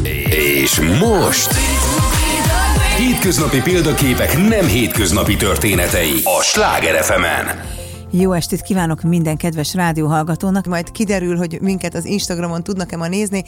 És most hétköznapi példaképek nem hétköznapi történetei a Sláger FM-en. Jó estét kívánok minden kedves rádióhallgatónak, majd kiderül, hogy minket az Instagramon tudnak-e ma nézni.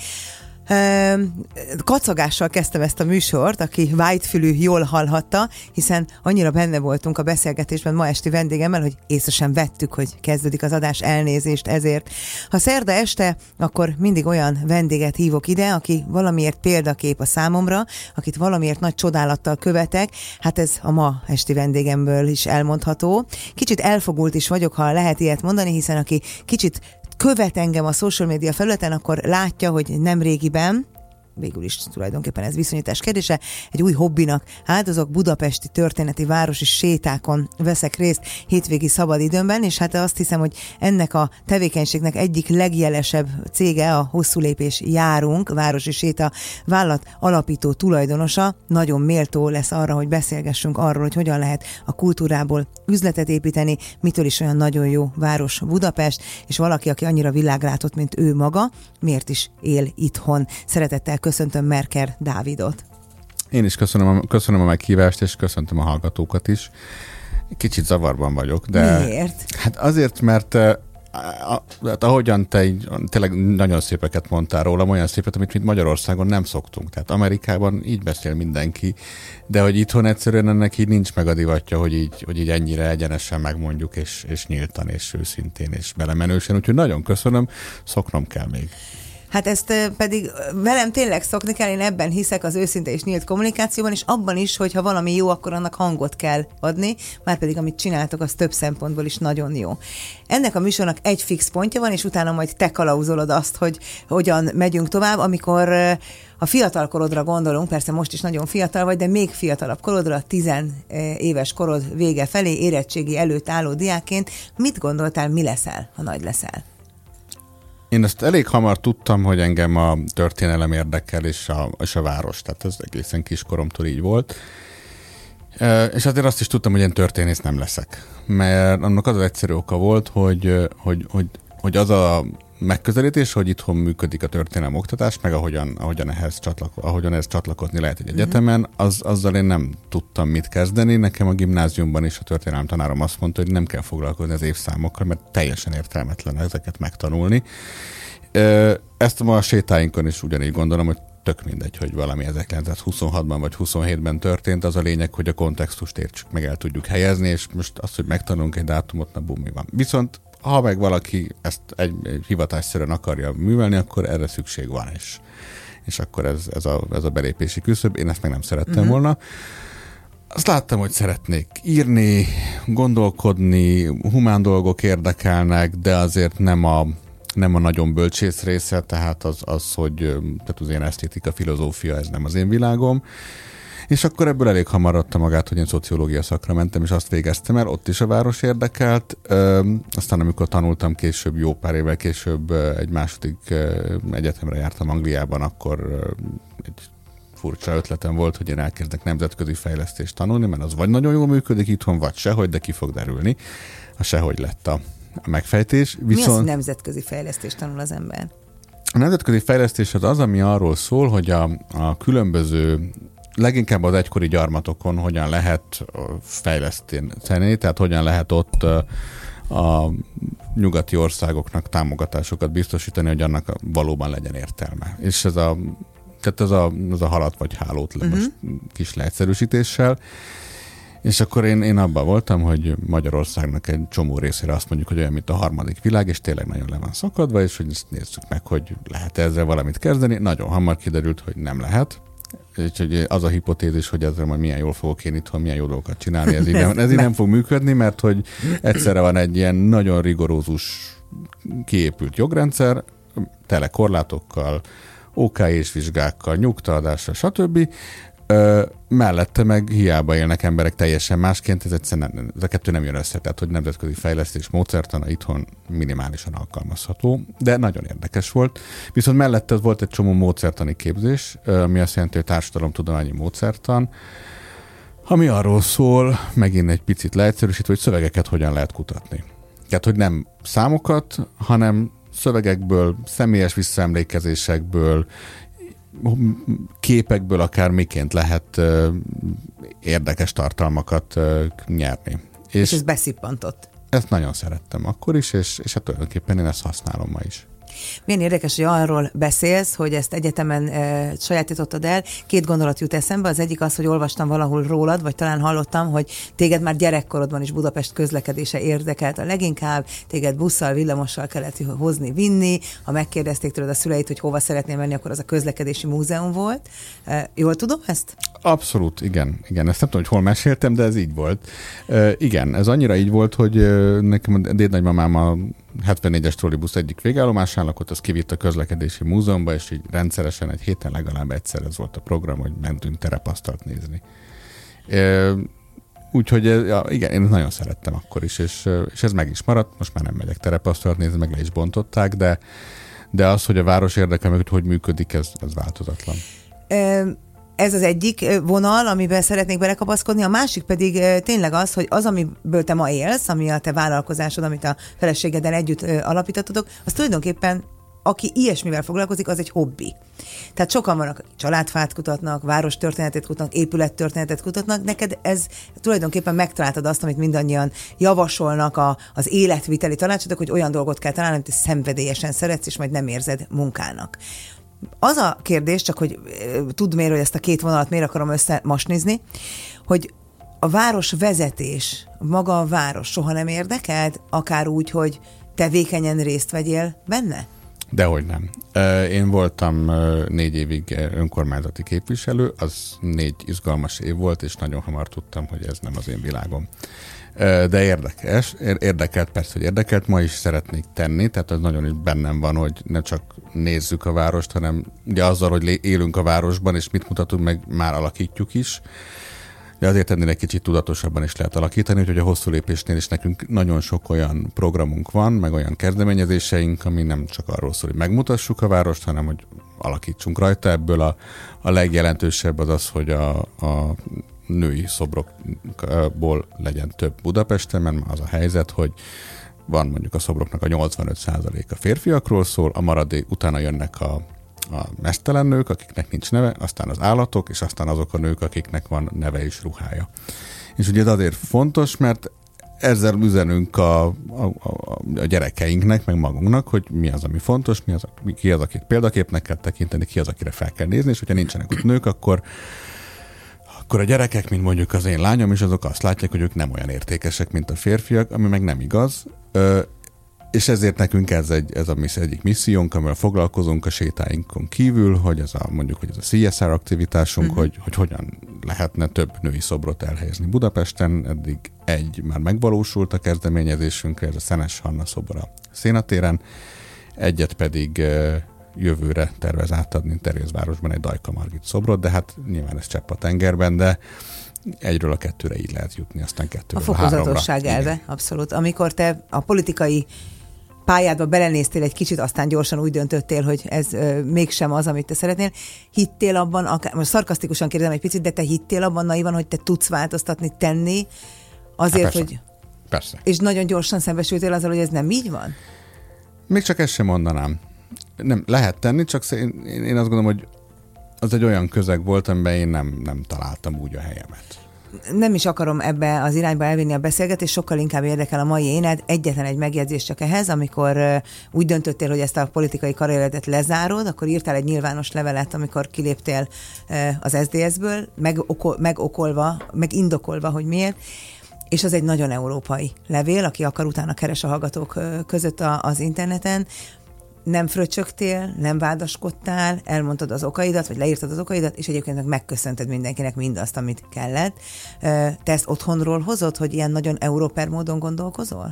Kacagással kezdtem ezt a műsort, aki vájtfülű jól hallhatta, hiszen annyira benne voltunk a beszélgetésben ma esti vendégemmel, hogy észre sem vettük, hogy kezdődik az adás, elnézést ezért. Ha szerda este, akkor mindig olyan vendéget hívok ide, aki valamiért példakép a számomra, akit valamiért nagy csodálattal követek, hát ez a ma esti vendégemből is elmondható. Kicsit elfogult is vagyok, ha lehet ilyet mondani, hiszen aki kicsit követ engem a social media felületen, akkor látja, hogy nem régiben, végül is tulajdonképpen ez viszonyítás kérdése, egy új hobbinak áldozok, budapesti történeti városi sétákon veszek részt hétvégi szabadidőmben, és hát azt hiszem, hogy ennek a tevékenységnek egyik legjelesebb cége a Hosszú Lépés Járunk, városi séta vállalat alapító tulajdonosa. Nagyon méltó lesz arra, hogy beszélgessünk arról, hogy hogyan lehet a kultúrából üzletet építeni, mitől is olyan nagyon jó város Budapest, és valaki, aki annyira világlátott, mint ő maga, miért is él itthon. Szeretettel köszöntöm Merker Dávidot. Én is köszönöm a meghívást, és köszöntöm a hallgatókat is. Kicsit zavarban vagyok, de... Miért? Hát azért, mert ahogyan te tényleg nagyon szépeket mondtál rólam, olyan szépet, amit mint Magyarországon nem szoktunk. Tehát Amerikában így beszél mindenki, de hogy itthon egyszerűen ennek így nincs meg a divatja, hogy így ennyire egyenesen megmondjuk, és nyíltan, és őszintén, és belemenősen. Úgyhogy nagyon köszönöm, szoknom kell még. Hát ezt pedig velem tényleg szokni kell, én ebben hiszek, az őszinte és nyílt kommunikációban, és abban is, hogy ha valami jó, akkor annak hangot kell adni, márpedig amit csináltok, az több szempontból is nagyon jó. Ennek a műsornak egy fix pontja van, és utána majd te kalauzolod azt, hogy hogyan megyünk tovább, amikor a fiatal korodra gondolunk, persze most is nagyon fiatal vagy, de még fiatalabb korodra, 10 éves korod vége felé, érettségi előtt álló diákként, mit gondoltál, mi leszel, ha nagy leszel? Én ezt elég hamar tudtam, hogy engem a történelem érdekel, és a város. Tehát ez egészen kiskoromtól így volt. És azért azt is tudtam, hogy én történész nem leszek. Mert annak az egyszerű oka volt, hogy az a megközelítés, hogy itthon működik a történelem oktatás, meg ahogyan ehhez csatlakozni lehet egy egyetemen, azzal én nem tudtam mit kezdeni. Nekem a gimnáziumban is a történelem tanárom azt mondta, hogy nem kell foglalkozni az évszámokkal, mert teljesen értelmetlen ezeket megtanulni. Ezt ma a sétáinkon is ugyanígy gondolom, hogy tök mindegy, hogy valami 1926-ban vagy 27-ben történt, az a lényeg, hogy a kontextust értsük, meg el tudjuk helyezni, és most azt, hogy megtanulunk egy dátumot, na bum, mi van. Viszont ha meg valaki ezt egy hivatásszerűen akarja művelni, akkor erre szükség van, és akkor ez a belépési küszöb. Én ezt meg nem szerettem volna. Azt láttam, hogy szeretnék írni, gondolkodni, humán dolgok érdekelnek, de azért nem a nagyon bölcsész része, tehát tehát az én esztétika, filozófia, ez nem az én világom. És akkor ebből elég hamar adta magát, hogy én szociológia szakra mentem, és azt végeztem el, ott is a város érdekelt. Aztán amikor tanultam később, jó pár évvel később egy második egyetemre jártam Angliában, akkor egy furcsa ötletem volt, hogy én elkezdek nemzetközi fejlesztést tanulni, mert az vagy nagyon jól működik itthon, vagy sehogy, de ki fog derülni. A sehogy lett a megfejtés. Mi az, hogy nemzetközi fejlesztést tanul az ember? A nemzetközi fejlesztés az, ami arról szól, hogy a különböző leginkább az egykori gyarmatokon hogyan lehet fejleszteni, tehát hogyan lehet ott a nyugati országoknak támogatásokat biztosítani, hogy annak valóban legyen értelme. És ez a halat vagy hálót most kis leegyszerűsítéssel. És akkor én abban voltam, hogy Magyarországnak egy csomó részére azt mondjuk, hogy olyan, mint a harmadik világ, és tényleg nagyon le van szakadva, és hogy ezt nézzük meg, hogy lehet ezzel valamit kezdeni. Nagyon hamar kiderült, hogy nem lehet. Úgyhogy az a hipotézis, hogy ezzel majd milyen jól fogok én itthon, milyen jó dolgokat csinálni, ez így nem fog működni, mert hogy egyszerre van egy ilyen nagyon rigorózus kiépült jogrendszer, tele korlátokkal, OK-s vizsgákkal, nyugtaadással, stb. Mellette meg hiába élnek emberek teljesen másként, ez a kettő nem jön össze, tehát hogy nemzetközi fejlesztés módszertana itthon minimálisan alkalmazható, de nagyon érdekes volt. Viszont mellette volt egy csomó módszertani képzés, ami azt jelenti, hogy társadalomtudományi módszertan, ami arról szól, megint egy picit leegyszerűsítve, hogy szövegeket hogyan lehet kutatni. Tehát, hogy nem számokat, hanem szövegekből, személyes visszaemlékezésekből, képekből akár miként lehet érdekes tartalmakat nyerni. És ez beszippantott. Ezt nagyon szerettem akkor is, és hát tulajdonképpen én ezt használom ma is. Milyen érdekes, hogy arról beszélsz, hogy ezt egyetemen sajátítottad el. 2 gondolat jut eszembe. Az egyik az, hogy olvastam valahol rólad, vagy talán hallottam, hogy téged már gyerekkorodban is Budapest közlekedése érdekelt a leginkább, téged busszal, villamossal kellett hozni, vinni. Ha megkérdezték tőled a szüleit, hogy hova szeretnél menni, akkor az a közlekedési múzeum volt. Jól tudom ezt? Abszolút, igen. Ezt nem tudom, hogy hol meséltem, de ez így volt. Igen, ez annyira így volt, hogy nekem a dédnagymamám a 74-es trollibusz egyik végállomásán lakott, az kivitt a közlekedési múzeumba, és így rendszeresen egy héten legalább egyszer ez volt a program, hogy mentünk terepasztalt nézni. Úgyhogy igen, én nagyon szerettem akkor is, és ez meg is maradt. Most már nem megyek terepasztalt nézni, meg le is bontották, de az, hogy a város érdekel meg, hogy működik, ez változatlan. Ez az egyik vonal, amiben szeretnék belekapaszkodni, a másik pedig tényleg az, hogy az, amiből te ma élsz, ami a te vállalkozásod, amit a feleségeddel együtt alapítottatok, az tulajdonképpen, aki ilyesmivel foglalkozik, az egy hobbi. Tehát sokan vannak, akik családfát kutatnak, várostörténetet kutatnak, épülettörténetet kutatnak, neked ez tulajdonképpen megtaláltad azt, amit mindannyian javasolnak az életviteli tanácsodok, hogy olyan dolgot kell találni, amit te szenvedélyesen szeretsz, és majd nem érzed munkának. Az a kérdés, csak hogy tudd miért, hogy ezt a 2 vonalat miért akarom összemasnizni, hogy a városvezetés, maga a város soha nem érdekelt, akár úgy, hogy tevékenyen részt vegyél benne? Dehogy nem. Én voltam 4 évig önkormányzati képviselő, az 4 izgalmas év volt, és nagyon hamar tudtam, hogy ez nem az én világom. De érdekelt, persze, hogy érdekelt, ma is szeretnék tenni, tehát az nagyon is bennem van, hogy ne csak nézzük a várost, hanem ugye azzal, hogy élünk a városban, és mit mutatunk meg, már alakítjuk is. De azért ennél egy kicsit tudatosabban is lehet alakítani, úgyhogy a hosszú lépésnél is nekünk nagyon sok olyan programunk van, meg olyan kezdeményezéseink, ami nem csak arról szól, hogy megmutassuk a várost, hanem hogy alakítsunk rajta. Ebből a legjelentősebb az, hogy a női szobrokból legyen több Budapesten, mert az a helyzet, hogy van mondjuk a szobroknak a 85%-a férfiakról szól, a maradék utána jönnek a meztelen nők, akiknek nincs neve, aztán az állatok, és aztán azok a nők, akiknek van neve és ruhája. És ugye ez azért fontos, mert ezzel üzenünk a gyerekeinknek, meg magunknak, hogy mi az, ami fontos, ki az, akit példaképnek kell tekinteni, ki az, akire fel kell nézni, és hogyha nincsenek ott nők, akkor a gyerekek, mint mondjuk az én lányom is, azok azt látják, hogy ők nem olyan értékesek, mint a férfiak, ami meg nem igaz. És ezért nekünk ez a egyik missziónk, amivel foglalkozunk a sétáinkon kívül, hogy mondjuk ez a CSR aktivitásunk, hogy hogyan lehetne több női szobrot elhelyezni Budapesten. Eddig már megvalósult a kezdeményezésünkre, ez a Szenes Hanna szobor a Szénatéren, egyet pedig jövőre tervez átadni Terézvárosban egy Dajka Margit szobrot, de hát nyilván ez csepp a tengerben, de 1-ről a 2-re így lehet jutni, aztán 2-ről a 3-ra. A fokozatosság elve, abszolút. Amikor te a politikai pályádba belenéztél egy kicsit, aztán gyorsan úgy döntöttél, hogy ez mégsem az, amit te szeretnél. Hittél abban, most szarkasztikusan kérdezem egy picit, de te hittél abban naivan, hogy te tudsz változtatni, tenni, azért, persze. hogy... Persze. És nagyon gyorsan szembesültél azzal, hogy ez nem így van? Még csak ezt sem mondanám. Nem, lehet tenni, csak én azt gondolom, hogy az egy olyan közeg volt, amiben én nem találtam úgy a helyemet. Nem is akarom ebbe az irányba elvinni a beszélgetést, sokkal inkább érdekel a mai éned. Egyetlen egy megjegyzés csak ehhez, amikor úgy döntöttél, hogy ezt a politikai karrieredet lezárod, akkor írtál egy nyilvános levelet, amikor kiléptél az SZDSZ-ből, megindokolva, hogy miért. És az egy nagyon európai levél, aki akar, utána keres a hallgatók között az interneten. Nem fröccsögtél, nem vádaskodtál, elmondtad az okaidat, vagy leírtad az okaidat, és egyébként meg megköszönted mindenkinek mindazt, amit kellett. Te ezt otthonról hozod, hogy ilyen nagyon európer módon gondolkozol?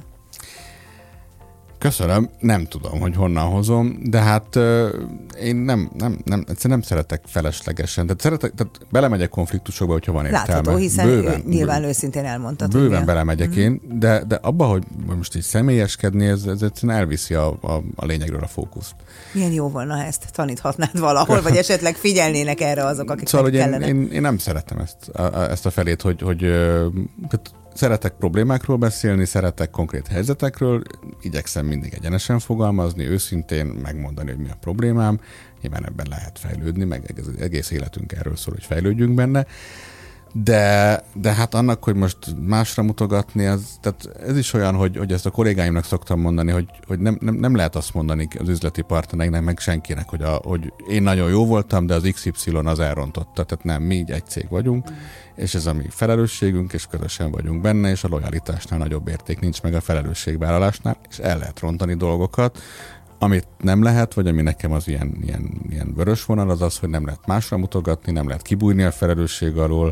Köszönöm, nem tudom, hogy honnan hozom, de hát én nem szeretek feleslegesen. Tehát belemegyek konfliktusokba, hogyha van értelme. Látható, hiszen nyilván őszintén elmondtad. Bőven belemegyek én, de abba, hogy most így személyeskedni, ez egyszerűen elviszi a lényegről a fókuszt. Milyen jó volna, ezt taníthatnád valahol, vagy esetleg figyelnének erre azok, akik szóval, kellene. Én nem szeretem ezt a felét, hogy szeretek problémákról beszélni, szeretek konkrét helyzetekről, igyekszem mindig egyenesen fogalmazni, őszintén megmondani, hogy mi a problémám, nyilván ebben lehet fejlődni, meg az egész életünk erről szól, hogy fejlődjünk benne, de hát annak, hogy most másra mutogatni, tehát ez is olyan, hogy ezt a kollégáimnak szoktam mondani, hogy nem lehet azt mondani az üzleti partnereknek, meg senkinek, hogy én nagyon jó voltam, de az XY az elrontotta. Tehát nem, mi így egy cég vagyunk, és ez a mi felelősségünk, és közösen vagyunk benne, és a lojalitásnál nagyobb érték nincs meg a felelősségvállalásnál, és el lehet rontani dolgokat, amit nem lehet, vagy ami nekem az ilyen vörös vonal, az, hogy nem lehet másra mutogatni, nem lehet kibújni a felelősség alól,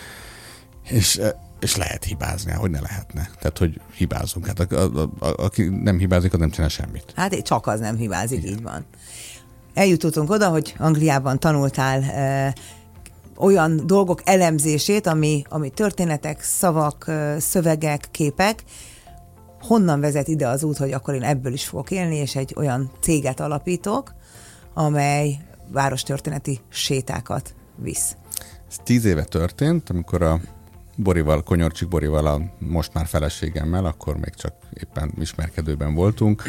és lehet hibázni, hogy ne lehetne. Tehát, hogy hibázunk. Hát aki nem hibázik, az nem csinál semmit. Hát csak az nem hibázik, igen. Így van. Eljutottunk oda, hogy Angliában tanultál olyan dolgok elemzését, ami történetek, szavak, szövegek, képek. Honnan vezet ide az út, hogy akkor én ebből is fogok élni, és egy olyan céget alapítok, amely várostörténeti sétákat visz? Ez 10 éve történt, amikor a Borival, Konyorcsik Borival, a most már feleségemmel, akkor még csak éppen ismerkedőben voltunk.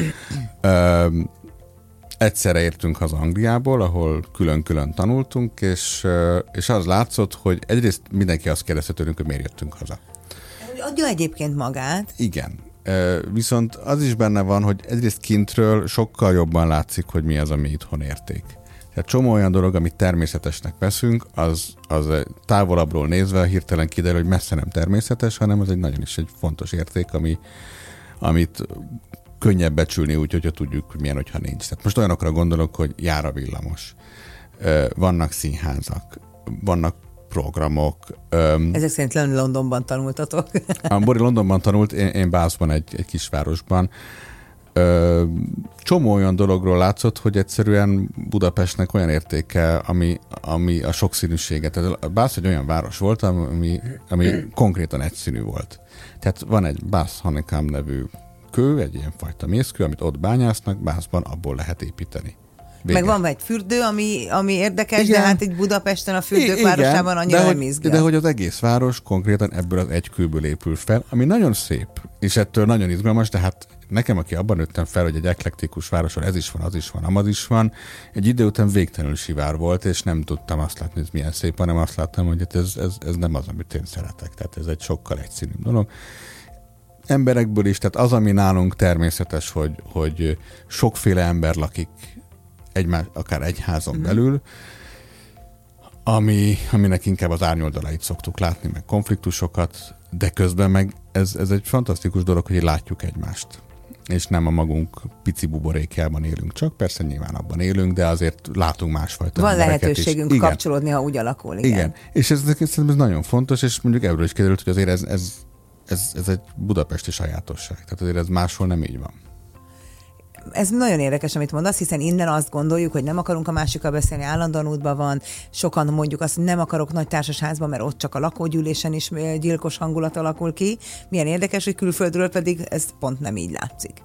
Egyszerre értünk haza Angliából, ahol külön-külön tanultunk, és az látszott, hogy egyrészt mindenki azt kérdezte tőlünk, hogy miért jöttünk haza. Adja egyébként magát. Igen. Viszont az is benne van, hogy egyrészt kintről sokkal jobban látszik, hogy mi az, ami itthon érték. Tehát csomó olyan dolog, amit természetesnek veszünk, az távolabbról nézve hirtelen kiderül, hogy messze nem természetes, hanem az egy nagyon is egy fontos érték, amit könnyebb becsülni úgy, hogyha tudjuk, hogy milyen, hogyha nincs. Tehát most olyanokra gondolok, hogy jár a villamos, vannak színházak, vannak programok. Ezek szerint Londonban tanultatok? A Bori Londonban tanult, én Bathban egy kisvárosban. Csomó olyan dologról látszott, hogy egyszerűen Budapestnek olyan értéke, ami a sokszínűséget. Tehát Bath egy olyan város volt, ami konkrétan egyszínű volt. Tehát van egy Bath Honeycomb nevű kő, egy ilyen fajta mészkő, amit ott bányásznak, Bathban abból lehet építeni. Vége. Meg van egy fürdő, ami érdekes, igen. De hát egy Budapesten a fürdők városában annyira nem izgat. De hogy az egész város konkrétan ebből az egy kőből épül fel, ami nagyon szép, és ettől nagyon izgalmas, de hát nekem, aki abban nőttem fel, hogy egy eklektikus városon ez is van, az is van, amaz is van, egy idő után végtelenül sivár volt, és nem tudtam azt látni, hogy ez milyen szép, hanem azt láttam, hogy ez nem az, amit én szeretek. Tehát ez egy sokkal egyszerűbb dolog. Emberekből is, tehát az, ami nálunk természetes, hogy sokféle ember lakik akár egy házon belül, aminek inkább az árnyoldalait szoktuk látni, meg konfliktusokat, de közben meg ez egy fantasztikus dolog, hogy látjuk egymást. És nem a magunk pici buborékjában élünk, csak persze nyilván abban élünk, de azért látunk másfajta van embereket lehetőségünk is. kapcsolódni, ha úgy alakul. Igen. És ez nagyon fontos, és mondjuk ebből is kiderült, hogy azért ez egy budapesti sajátosság. Tehát azért ez máshol nem így van. Ez nagyon érdekes, amit mondasz, hiszen innen azt gondoljuk, hogy nem akarunk a másikkal beszélni, állandóan útban van. Sokan mondjuk azt, hogy nem akarok nagy társasházban, mert ott csak a lakógyűlésen is gyilkos hangulat alakul ki. Milyen érdekes, hogy külföldről pedig ez pont nem így látszik.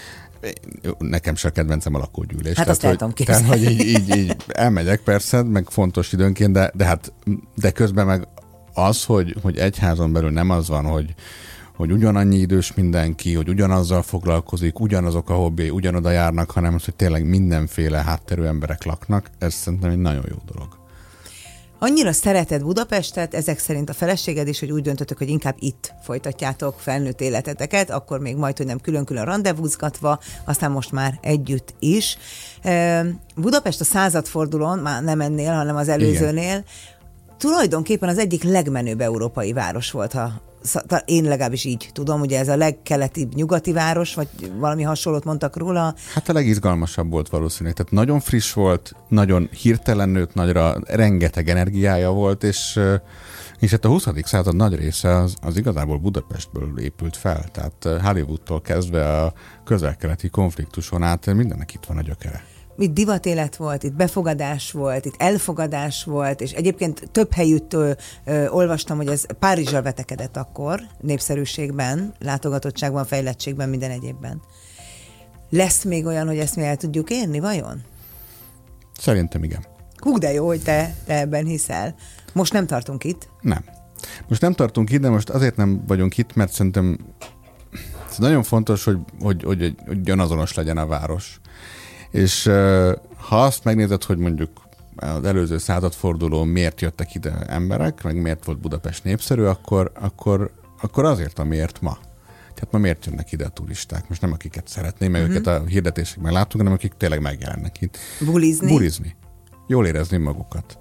Nekem se a kedvencem a lakógyűlés. Hát azt el tudom képzelni. Tehát, hogy így elmegyek persze, meg fontos időnként, de közben meg az, hogy egy házon belül nem az van, hogy ugyanannyi idős mindenki, hogy ugyanazzal foglalkozik, ugyanazok a hobbi, ugyanoda járnak, hanem az, hogy tényleg mindenféle hátterű emberek laknak, ez szerintem egy nagyon jó dolog. Annyira szereted Budapestet, ezek szerint a feleséged is, hogy úgy döntöttök, hogy inkább itt folytatjátok felnőtt életeteket, akkor még majd, hogy nem külön-külön randevúzgatva, aztán most már együtt is. Budapest a századfordulón, már nem ennél, hanem az előzőnél, igen. Tulajdonképpen az egyik legmenőbb európai város volt, én legalábbis így tudom, ugye ez a legkeletibb nyugati város, vagy valami hasonlót mondtak róla. Hát a legizgalmasabb volt valószínűleg. Tehát nagyon friss volt, nagyon hirtelen nőtt nagyra, rengeteg energiája volt, és hát a 20. század nagy része az igazából Budapestből épült fel. Tehát Hollywoodtól kezdve a közel-keleti konfliktuson át mindennek itt van a gyökere. Itt divatélet volt, itt befogadás volt, itt elfogadás volt, és egyébként több helyütt olvastam, hogy ez Párizsra vetekedett akkor, népszerűségben, látogatottságban, fejlettségben, minden egyébben. Lesz még olyan, hogy ezt mi el tudjuk érni, vajon? Szerintem igen. Hú, de jó, hogy te ebben hiszel. Most nem tartunk itt? Nem. Most nem tartunk itt, de most azért nem vagyunk itt, mert szerintem ez nagyon fontos, hogy ugyanazonos legyen a város. És ha azt megnézed, hogy mondjuk az előző századfordulón miért jöttek ide emberek, meg miért volt Budapest népszerű, akkor azért, amiért ma. Tehát ma miért jönnek ide a turisták? Most nem akiket szeretné, meg őket a hirdetésekben láttuk, hanem akik tényleg megjelennek itt. Bulizni. Jól érezni magukat.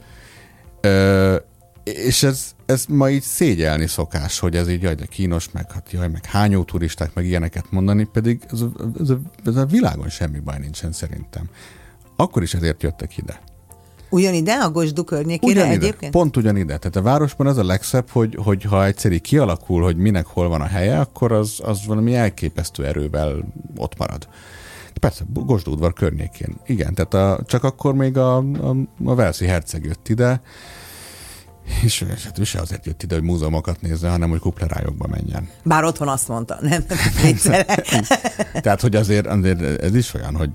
És ez ma így szégyelni szokás, hogy ez így jaj, de kínos, meg hát jaj, meg hányó turisták, meg ilyeneket mondani, pedig ez a világon semmi baj nincsen szerintem. Akkor is ezért jöttek ide. Ugyanide, a Gosdú környékére egyébként? Pont ugyanide. Tehát a városban az a legszebb, hogy ha egyszer így kialakul, hogy minek hol van a helye, akkor az valami elképesztő erővel ott marad. Persze, Gosdú udvar környékén. Igen, tehát csak akkor még a velszi herceg jött ide, és hát ő se azért jött ide, hogy múzeumokat nézze, hanem hogy kuplerájokba menjen. Bár otthon azt mondta, nem? Tehát, hogy azért ez is olyan, hogy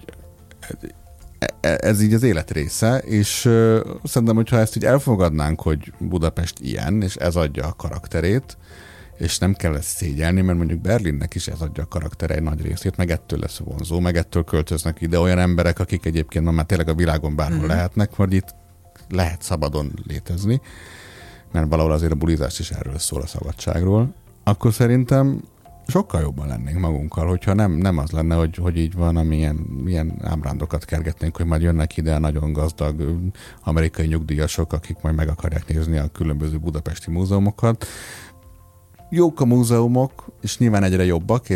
ez így az élet része, és szerintem, hogyha ezt így elfogadnánk, hogy Budapest ilyen, és ez adja a karakterét, és nem kell ezt szégyelni, mert mondjuk Berlinnek is ez adja a karaktere egy nagy részét, meg ettől lesz vonzó, meg ettől költöznek ide olyan emberek, akik egyébként ma már tényleg a világon bárhol lehetnek, vagy itt lehet szabadon létezni, mert valahol azért a bulizás is erről szól, a szabadságról, akkor szerintem sokkal jobban lennénk magunkkal, hogyha nem az lenne, hogy így van, milyen ábrándokat kergetnénk, hogy majd jönnek ide a nagyon gazdag amerikai nyugdíjasok, akik majd meg akarják nézni a különböző budapesti múzeumokat. Jók a múzeumok, és nyilván egyre jobbak,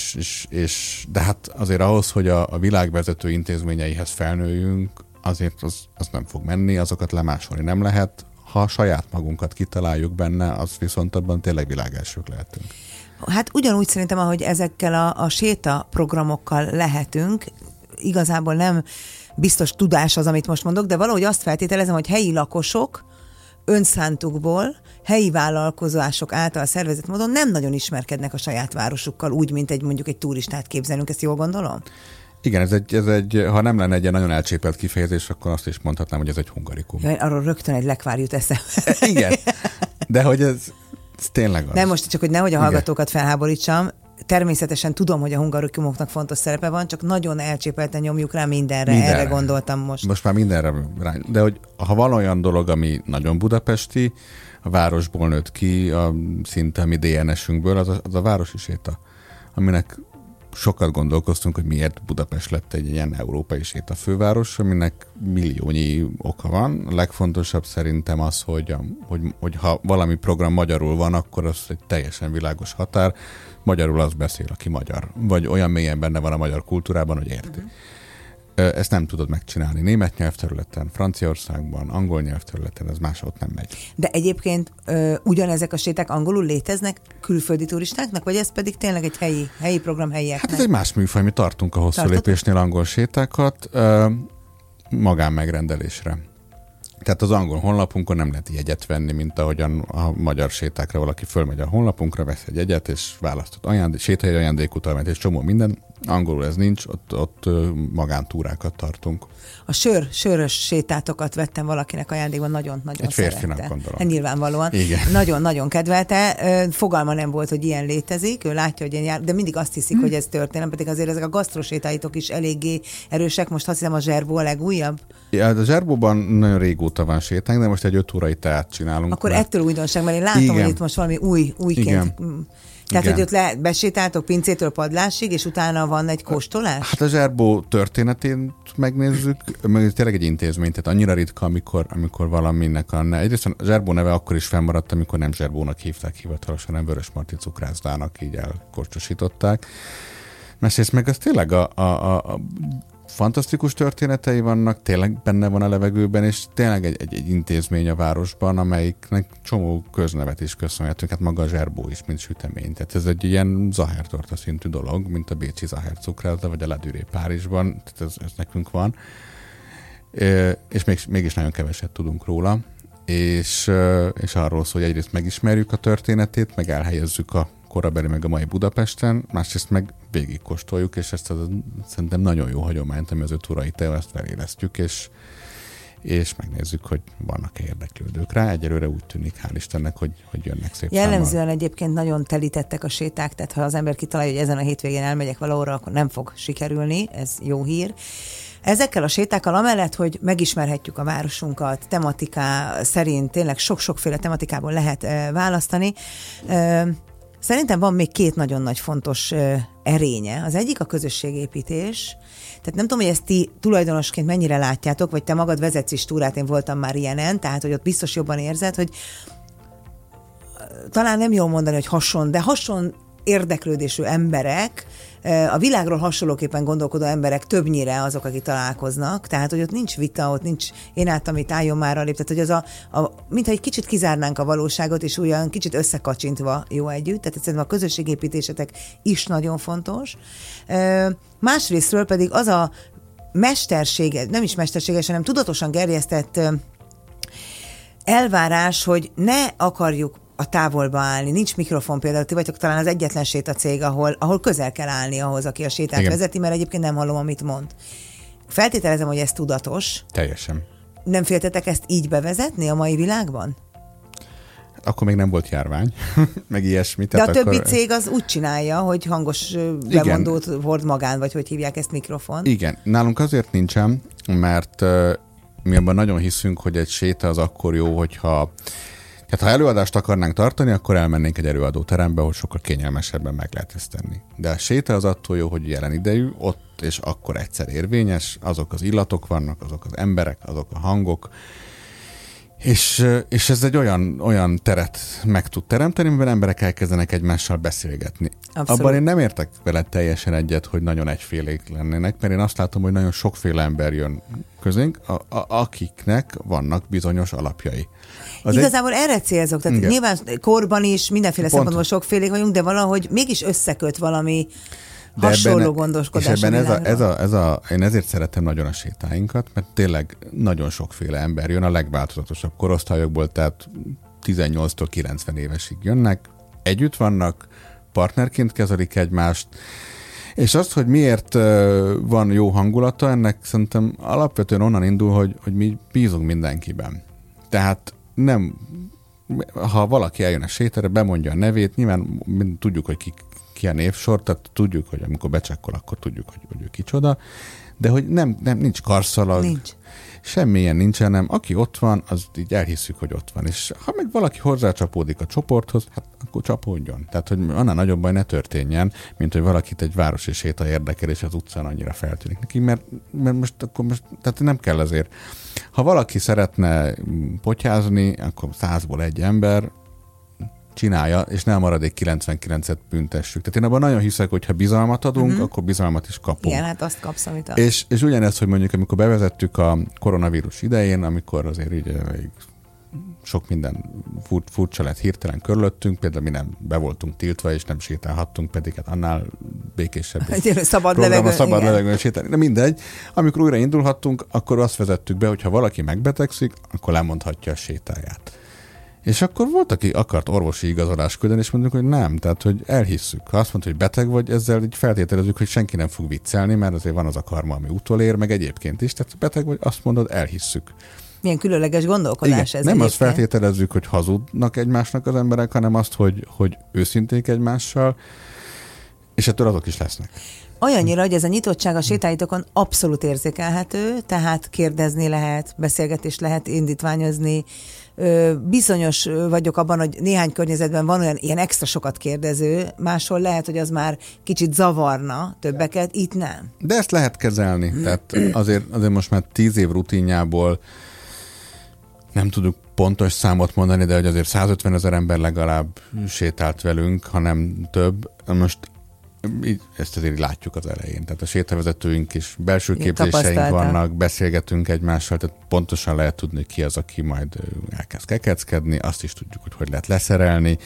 de hát azért ahhoz, hogy a világvezető intézményeihez felnőjünk, azért az nem fog menni, azokat lemásolni nem lehet. Ha saját magunkat kitaláljuk benne, az viszont abban tényleg világelsők lehetünk. Hát ugyanúgy szerintem, ahogy ezekkel a sétaprogramokkal lehetünk, igazából nem biztos tudás az, amit most mondok, de valahogy azt feltételezem, hogy helyi lakosok önszántukból, helyi vállalkozások által szervezett módon nem nagyon ismerkednek a saját városukkal, úgy, mint mondjuk egy turistát képzelünk, ezt jól gondolom? Igen, ez egy, ha nem lenne egy nagyon elcsépelt kifejezés, akkor azt is mondhatnám, hogy ez egy hungarikum. Ja, arról rögtön egy lekvár jut eszembe. Igen, de hogy ez tényleg az. Nem, most csak, hogy nehogy a hallgatókat felháborítsam, természetesen tudom, hogy a hungarikumoknak fontos szerepe van, csak nagyon elcsépelten nyomjuk rá mindenre. Erre gondoltam most. Most már mindenre rá. De hogy ha van olyan dolog, ami nagyon budapesti, a városból nőtt ki, szinte a mi DNS-ünkből, az a városi séta, aminek sokat gondolkoztunk, hogy miért Budapest lett egy ilyen európai sétafőváros, aminek milliónyi oka van. A legfontosabb szerintem az, hogy ha valami program magyarul van, akkor az egy teljesen világos határ. Magyarul az beszél, aki magyar. Vagy olyan mélyen benne van a magyar kultúrában, hogy érti. Ezt nem tudod megcsinálni német nyelvterületen, Franciaországban, angol nyelvterületen, ez máshol nem megy. De egyébként ugyanezek a séták angolul léteznek külföldi turistáknak, vagy ez pedig tényleg egy helyi program helyieknek? Hát ez egy más műfaj, mi tartunk a hosszú lépésnél angol sétákat magánmegrendelésre. Tehát az angol honlapunkon nem lehet jegyet venni, mint ahogyan a magyar sétákra valaki fölmegy a honlapunkra, vesz egy jegyet, és választott sétai ajándékutalmányt, és csomó minden. Angolul ez nincs, ott magántúrákat tartunk. A sörös sétátokat vettem valakinek ajándékban, nagyon-nagyon szerette. Egy férfinak gondolom. Nyilvánvalóan. Nagyon-nagyon kedvelte. Fogalma nem volt, hogy ilyen létezik. Ő látja, hogy ilyen jár, de mindig azt hiszik, hogy ez történet, pedig azért ezek a gasztrosétáitok is eléggé erősek. Most azt hiszem, a Zserbó a legújabb. Ja, a Zserbóban nagyon régóta van sétánk, de most egy 5 órai teát csinálunk. Akkor ettől újdonság, mert én látom, hogy itt most valami újként... Igen. Tehát, hogy ott besétáltok pincétől padlásig, és utána van egy kóstolás? Hát a Zserbó történetét megnézzük, meg tényleg egy intézmény, tehát annyira ritka, amikor valaminek egyrészt a Zserbó neve akkor is fennmaradt, amikor nem Zserbónak hívták hivatalosan, hanem Vörösmarty cukrászdának így elkorcsosították. Másrészt meg az tényleg a fantasztikus történetei vannak, tényleg benne van a levegőben, és tényleg egy intézmény a városban, amelyiknek csomó köznevet is köszönhetünk, hát maga a Zserbó is, mint sütemény. Tehát ez egy ilyen zahertorta szintű dolog, mint a bécsi Zaher cukrászda, vagy a Ledüré Párizsban, tehát ez nekünk van. És mégis nagyon keveset tudunk róla, és arról szól, hogy egyrészt megismerjük a történetét, meg elhelyezzük a korabeli meg a mai Budapesten, másrészt meg végigkóstoljuk, és ezt szerintem nagyon jó hagyományt, ami az 5 órai tea, ezt felélesztjük, és megnézzük, hogy vannak-e érdeklődők rá. Egyelőre úgy tűnik, hál' Istennek, hogy jönnek szép Jellemzően számmal. Egyébként nagyon telítettek a séták, tehát ha az ember kitalálja, hogy ezen a hétvégén elmegyek valahol, akkor nem fog sikerülni, ez jó hír. ezekkel a sétákkal, amellett, hogy megismerhetjük a városunkat, tematiká szerint, tényleg sok-sokféle tematikából lehet választani, szerintem van még két nagyon nagy fontos erénye. Az egyik a közösségépítés. Tehát nem tudom, hogy ezt ti tulajdonosként mennyire látjátok, vagy te magad vezetsz is túrát, én voltam már ilyenen, tehát hogy ott biztos jobban érzed, hogy talán nem jó mondani, hogy hasonló érdeklődésű emberek, a világról hasonlóképpen gondolkodó emberek többnyire azok, akik találkoznak, tehát, hogy ott nincs vita, ott nincs én álltam itt, álljon már alép, tehát, hogy mintha egy kicsit kizárnánk a valóságot, és olyan kicsit összekacsintva jó együtt, tehát szerintem a közösségépítésetek is nagyon fontos. Másrésztről pedig az a mesterséges, nem is mesterséges, hanem tudatosan gerjesztett elvárás, hogy ne akarjuk a távolba állni. Nincs mikrofon például, ti vagytok talán az egyetlen sétacég, ahol közel kell állni ahhoz, aki a sétát Igen. vezeti, mert egyébként nem hallom, amit mond. Feltételezem, hogy ez tudatos. Teljesen. Nem féltetek ezt így bevezetni a mai világban? Akkor még nem volt járvány, meg ilyesmi. De a többi cég az úgy csinálja, hogy hangos bemondót hord magán, vagy hogy hívják ezt, mikrofon. Igen, nálunk azért nincsen, mert mi abban nagyon hiszünk, hogy egy séta az akkor jó, hogyha ha előadást akarnánk tartani, akkor elmennénk egy előadóterembe, ahol sokkal kényelmesebben meg lehet ezt tenni. De a séta az attól jó, hogy jelen idejű, ott és akkor egyszer érvényes, azok az illatok vannak, azok az emberek, azok a hangok, és ez egy olyan teret meg tud teremteni, amiben emberek elkezdenek egymással beszélgetni. Abszolút. Abban én nem értek vele teljesen egyet, hogy nagyon egyfélék lennének, mert én azt látom, hogy nagyon sokféle ember jön közénk, akiknek vannak bizonyos alapjai. Igazából erre célzok, tehát igen. Nyilván korban is mindenféle szempontból sokfélék vagyunk, de valahogy mégis összeköt valami hasonló gondoskodás. És ebben én ezért szeretem nagyon a sétáinkat, mert tényleg nagyon sokféle ember jön a legváltozatosabb korosztályokból, tehát 18-tól 90 évesig jönnek, együtt vannak, partnerként kezelik egymást, és azt, hogy miért van jó hangulata, ennek szerintem alapvetően onnan indul, hogy mi bízunk mindenkiben. Tehát nem, ha valaki eljön a sétára, bemondja a nevét, nyilván tudjuk, hogy ki a névsor, tehát tudjuk, hogy amikor becsekkol, akkor tudjuk, hogy ő kicsoda, de hogy nincs karszalag, nincs. Semmilyen nincsen, nem. Aki ott van, az így elhisszük, hogy ott van. És ha meg valaki hozzácsapódik a csoporthoz, hát akkor csapódjon. Tehát, hogy annál nagyobb baj ne történjen, mint hogy valakit egy városi séta érdekel, és az utcán annyira feltűnik neki, mert most tehát nem kell azért. Ha valaki szeretne potyázni, akkor 100-ból egy ember csinálja, és nem maradék 99-et büntessük. Tehát én abban nagyon hiszek, hogy ha bizalmat adunk, akkor bizalmat is kapunk. Igen, hát azt kapsz, amit ad. És ugyanez, hogy mondjuk, amikor bevezettük a koronavírus idején, amikor azért így sok minden furcsa lett hirtelen körülöttünk, például mi nem be voltunk tiltva, és nem sétálhattunk, pedig hát annál békésebb szabad levegőn sétálni. De mindegy, amikor újra indulhattunk, akkor azt vezettük be, hogy ha valaki megbetegszik, akkor lemondhatja a sétáját. És akkor volt, aki akart orvosi igazolást küldeni, és mondjuk, hogy nem, tehát, hogy elhisszük. Ha azt mondta, hogy beteg vagy, ezzel így feltételezzük, hogy senki nem fog viccelni, mert azért van az a karma, ami utolér, meg egyébként is, tehát beteg vagy, azt mondod, elhisszük. Milyen különleges gondolkodás. Igen, ez nem egyébként. azt feltételezzük, hogy hazudnak egymásnak az emberek, hanem azt, hogy őszinték egymással, és ettől azok is lesznek. Olyannyira, hogy ez a nyitottság a sétáitokon abszolút érzékelhető, tehát kérdezni lehet, beszélgetést lehet indítványozni. Bizonyos vagyok abban, hogy néhány környezetben van olyan ilyen extra sokat kérdező, máshol lehet, hogy az már kicsit zavarna többeket, itt nem. De ezt lehet kezelni, tehát azért most már 10 év rutinjából nem tudjuk pontos számot mondani, de hogy azért 150 000 ember legalább sétált velünk, hanem több. Most így, ezt azért látjuk az elején. Tehát a sétavezetőink is belső képzéseink vannak, beszélgetünk egymással, tehát pontosan lehet tudni, hogy ki az, aki majd elkezd kekeckedni, azt is tudjuk, hogy lehet leszerelni.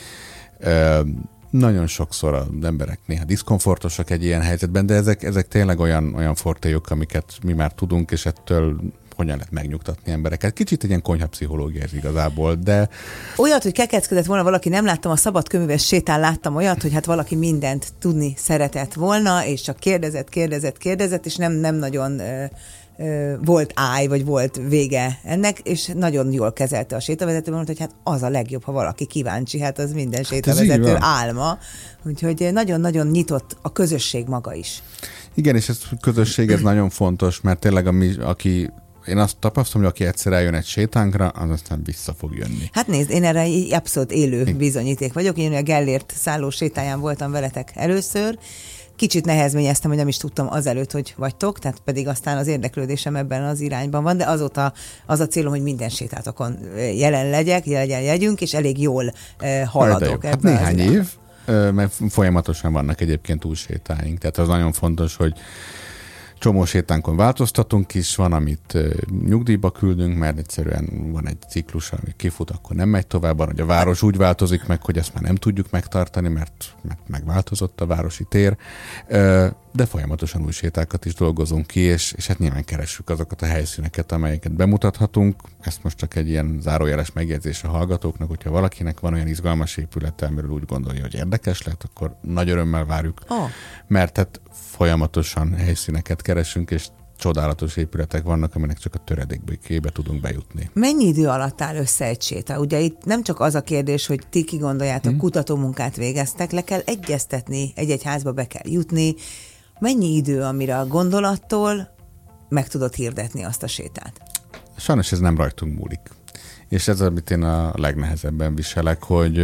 Nagyon sokszor az emberek néha diszkomfortosak egy ilyen helyzetben, de ezek tényleg olyan fortélyok, amiket mi már tudunk, és ettől hogyan lehet megnyugtatni embereket. Kicsit egy ilyen konyhapszichológia ez igazából, de... Olyat, hogy kekeckedett volna valaki, nem láttam, a szabadköműves sétán láttam olyat, hogy hát valaki mindent tudni szeretett volna, és csak kérdezett, és nem nagyon volt áj, vagy volt vége ennek, és nagyon jól kezelte a sétavezető, mondta, hogy hát az a legjobb, ha valaki kíváncsi, hát az minden sétavezető álma. Úgyhogy nagyon-nagyon nyitott a közösség maga is. Igen, és ez a közösség ez nagyon fontos, mert tényleg én azt tapasztalom, hogy aki egyszer eljön egy sétánkra, az aztán vissza fog jönni. Hát nézd, én erre egy abszolút élő bizonyíték vagyok. Én a Gellért szálló sétáján voltam veletek először. Kicsit nehezményeztem, hogy nem is tudtam azelőtt, hogy vagytok, tehát pedig aztán az érdeklődésem ebben az irányban van, de azóta az a célom, hogy minden sétátokon legyünk, és elég jól haladok. Hát néhány év, mert folyamatosan vannak egyébként új sétáink, tehát az nagyon fontos, hogy csomó sétánkon változtatunk is, van, amit nyugdíjba küldünk, mert egyszerűen van egy ciklus, ami kifut, akkor nem megy tovább, hogy a város úgy változik meg, hogy ezt már nem tudjuk megtartani, mert megváltozott a városi tér, de folyamatosan új sétákat is dolgozunk ki, és hát nyilván keressük azokat a helyszíneket, amelyeket bemutathatunk. Ezt most csak egy ilyen zárójeles megjegyzés a hallgatóknak, hogyha valakinek van olyan izgalmas épülete, amiről úgy gondolja, hogy érdekes lehet, akkor nagy örömmel várjuk, mert hát folyamatosan helyszíneket keresünk, és csodálatos épületek vannak, aminek csak a töredékbe tudunk bejutni. Mennyi idő alatt áll össze egy séta? Ugye itt nem csak az a kérdés, hogy ti kigondoljátok, kutatómunkát végeztek, le kell egyeztetni, egy-egy házba be kell jutni. Mennyi idő, amire a gondolattól meg tudod hirdetni azt a sétát? Sajnos ez nem rajtunk múlik. És ez, amit én a legnehezebben viselek,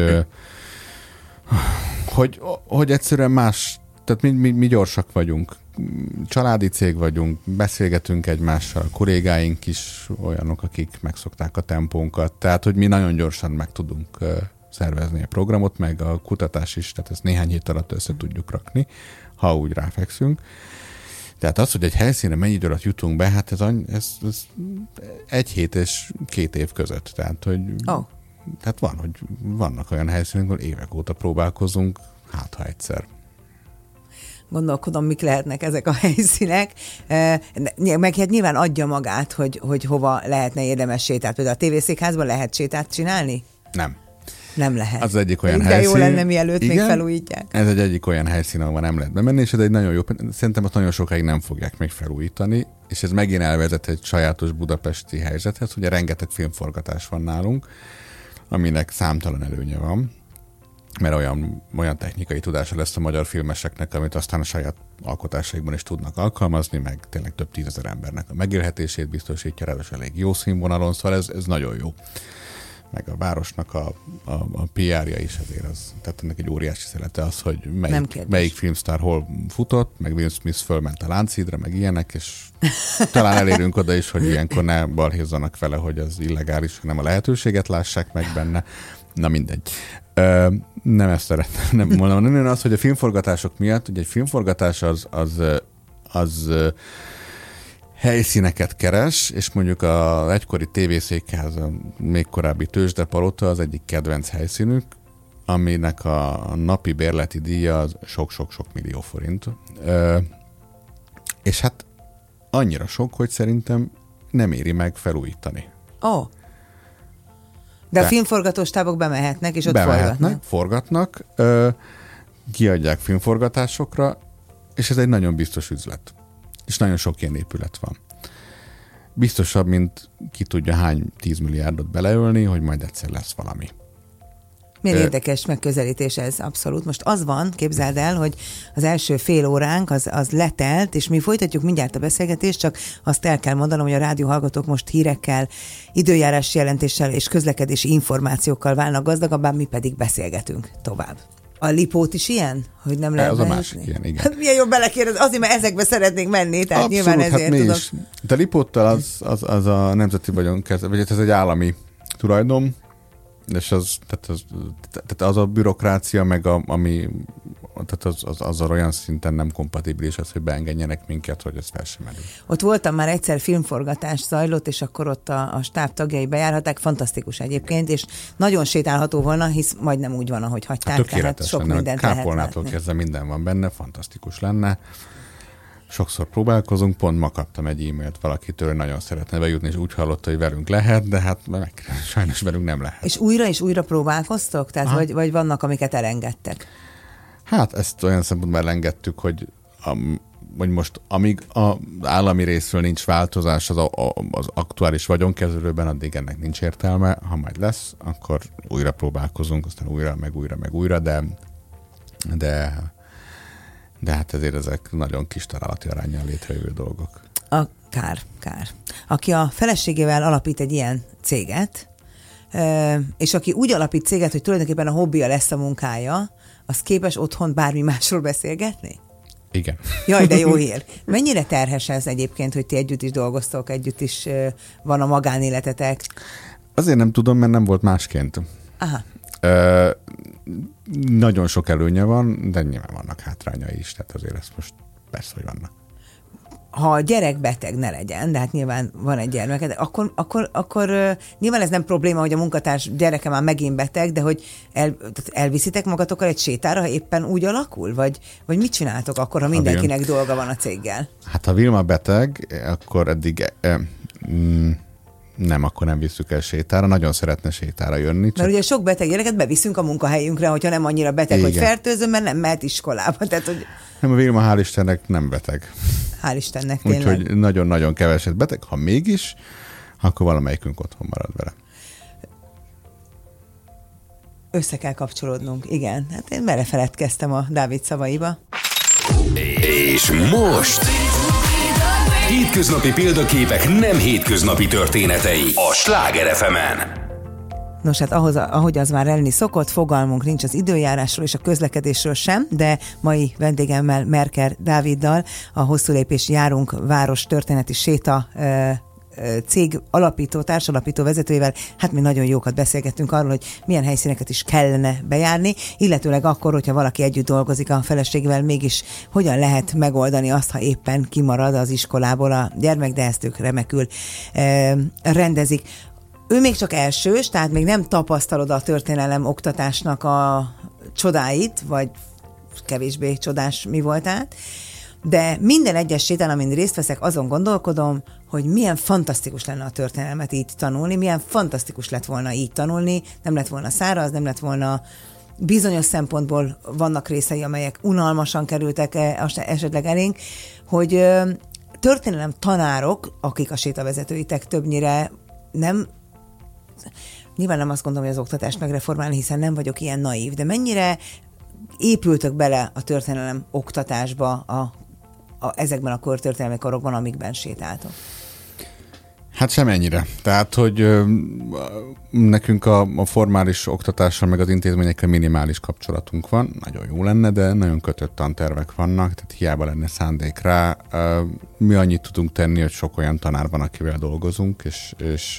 hogy egyszerűen más. Tehát mi gyorsak vagyunk, családi cég vagyunk, beszélgetünk egymással, kollégáink is olyanok, akik megszokták a tempónkat, tehát hogy mi nagyon gyorsan meg tudunk szervezni a programot, meg a kutatás is, tehát ezt néhány hét alatt össze tudjuk rakni, ha úgy ráfekszünk. Tehát az, hogy egy helyszínre mennyi idő alatt jutunk be, hát ez 1 hét és 2 év között. Tehát, hogy tehát vannak olyan helyszínek, ahol évek óta próbálkozunk, hát ha egyszer. Gondolkodom, mik lehetnek ezek a helyszínek. Meg hát nyilván adja magát, hogy hova lehetne érdemes sétát. Például a tévészékházban lehet sétát csinálni? Nem lehet. Az egyik olyan helyszín. De jó lenne, mielőtt még felújítják. Ez egyik olyan helyszín, ahol nem lehet bemenni, és ez egy nagyon jó, szerintem azt nagyon sokáig nem fogják még felújítani, és ez megint elvezet egy sajátos budapesti helyzethez, ugye rengeteg filmforgatás van nálunk, aminek számtalan előnye van, mert olyan technikai tudása lesz a magyar filmeseknek, amit aztán a saját alkotásaikban is tudnak alkalmazni, meg tényleg több 10 000 embernek a megélhetését biztosítja, ráadásul elég jó színvonalon, szóval ez nagyon jó. Meg a városnak a PR-ja is azért az, tehát ennek egy óriási szelete az, hogy melyik filmsztár hol futott, meg Will Smith fölment a Lánchídra, meg ilyenek, és talán elérünk oda is, hogy ilyenkor ne balhézzanak vele, hogy az illegális, hanem a lehetőséget lássák meg benne. Na mindegy. Nem ezt szeretném mondani, az, hogy a filmforgatások miatt, ugye egy filmforgatás az helyszíneket keres, és mondjuk az egykori tévészékház, a még korábbi Tőzsdepalota az egyik kedvenc helyszínük, aminek a napi bérleti díja az sok-sok-sok millió forint. És hát annyira sok, hogy szerintem nem éri meg felújítani. De a filmforgatóstábok bemehetnek, és ott forgatnak, kiadják filmforgatásokra, és ez egy nagyon biztos üzlet. És nagyon sok ilyen épület van. Biztosabb, mint ki tudja hány 10 milliárdot beleölni, hogy majd egyszer lesz valami. Milyen érdekes megközelítés ez, abszolút. Most az van, képzeld el, hogy az első fél óránk az letelt, és mi folytatjuk mindjárt a beszélgetést, csak azt el kell mondanom, hogy a rádióhallgatók most hírekkel, időjárási jelentéssel és közlekedési információkkal válnak gazdagabbá, mi pedig beszélgetünk tovább. A Lipót is ilyen? Hogy nem lehet az a másik ilyen, igen. Hát milyen jobb belekérdezni, azért, mert ezekbe szeretnénk menni, tehát abszolút, nyilván ezért hát tudom. De a Lipóttal az a nemzeti vagyonkezelő, vagy ez egy állami tulajdon, és tehát az a bürokrácia, meg tehát azzal olyan szinten nem kompatibilis az, hogy beengedjenek minket, hogy ez fel sem merül. Ott voltam már egyszer, filmforgatás zajlott, és akkor ott a stáb tagjai bejárhatták, fantasztikus egyébként, és nagyon sétálható volna, hisz majdnem úgy van, ahogy hagyták. Tökéletes tehát sok mindent kápolnától kezdve minden van benne, fantasztikus lenne. Sokszor próbálkozunk, pont ma kaptam egy e-mailt valakitől, hogy nagyon szeretne bejutni, és úgy hallotta, hogy velünk lehet, de hát sajnos velünk nem lehet. És újra próbálkoztok? Tehát vagy vannak, amiket elengedtek? Hát ezt olyan szempontból elengedtük, hogy vagy most amíg az állami részről nincs változás az aktuális vagyonkezelőben, addig ennek nincs értelme. Ha majd lesz, akkor újra próbálkozunk, aztán újra, de hát ezért ezek nagyon kis találati aránnyal létrejövő dolgok. Kár. Aki a feleségével alapít egy ilyen céget, és aki úgy alapít céget, hogy tulajdonképpen a hobbija lesz a munkája, az képes otthon bármi másról beszélgetni? Igen. Jaj, de jó hír. Mennyire terhes ez egyébként, hogy ti együtt is dolgoztok, együtt is van a magánéletetek? Azért nem tudom, mert nem volt másként. Aha. Nagyon sok előnye van, de nyilván vannak hátrányai is, tehát azért ezt most persze, hogy vannak. Ha a gyerek beteg ne legyen, de hát nyilván van egy gyermeked, akkor nyilván ez nem probléma, hogy a munkatárs gyereke már megint beteg, de hogy elviszitek magatokkal egy sétára, ha éppen úgy alakul? Vagy mit csináltok akkor, ha mindenkinek dolga van a céggel? Hát ha Vilma beteg, akkor eddig nem, akkor nem visszük el sétára. Nagyon szeretne sétára jönni. Mert ugye sok beteg gyereket beviszünk a munkahelyünkre, hogyha nem annyira beteg, igen, hogy fertőzöm, mert nem mehet iskolába. Tehát, hogy... Nem, a Vilma hál' Istennek nem beteg. Hál' Istennek tényleg. Úgyhogy nagyon-nagyon keveset beteg. Ha mégis, akkor valamelyikünk otthon marad vele. Össze kell kapcsolódnunk, igen. Hát én belefeledkeztem a Dávid szavaiba. És most... Hétköznapi példaképek nem hétköznapi történetei a Sláger FM-en. Nos, hát ahogy az már lenni szokott, fogalmunk nincs az időjárásról és a közlekedésről sem, de mai vendégemmel, Merker Dáviddal, a Hosszú Lépés Járunk Város történeti séta cég alapító, társalapító vezetőjével, hát mi nagyon jókat beszélgettünk arról, hogy milyen helyszíneket is kellene bejárni, illetőleg akkor, hogyha valaki együtt dolgozik a feleségével, mégis hogyan lehet megoldani azt, ha éppen kimarad az iskolából a gyermek, de ezt ők remekül rendezik. Ő még csak elsős, tehát még nem tapasztalod a történelem oktatásnak a csodáit, vagy kevésbé csodás mi voltál, de minden egyes sétán, amin részt veszek, azon gondolkodom, hogy milyen fantasztikus lenne a történelmet így tanulni, milyen fantasztikus lett volna így tanulni, nem lett volna száraz, nem lett volna bizonyos szempontból vannak részei, amelyek unalmasan kerültek esetleg elénk, hogy történelem tanárok, akik a sétavezetőitek többnyire nem, nyilván nem azt gondolom, hogy az oktatást megreformálni, hiszen nem vagyok ilyen naív, de mennyire épültök bele a történelem oktatásba ezekben a történelmi korokban, amikben sétáltok? Hát semennyire. Tehát, hogy nekünk a formális oktatással meg az intézményekkel minimális kapcsolatunk van. Nagyon jó lenne, de nagyon kötött tantervek vannak, tehát hiába lenne szándék rá. Mi annyit tudunk tenni, hogy sok olyan tanár van, akivel dolgozunk, és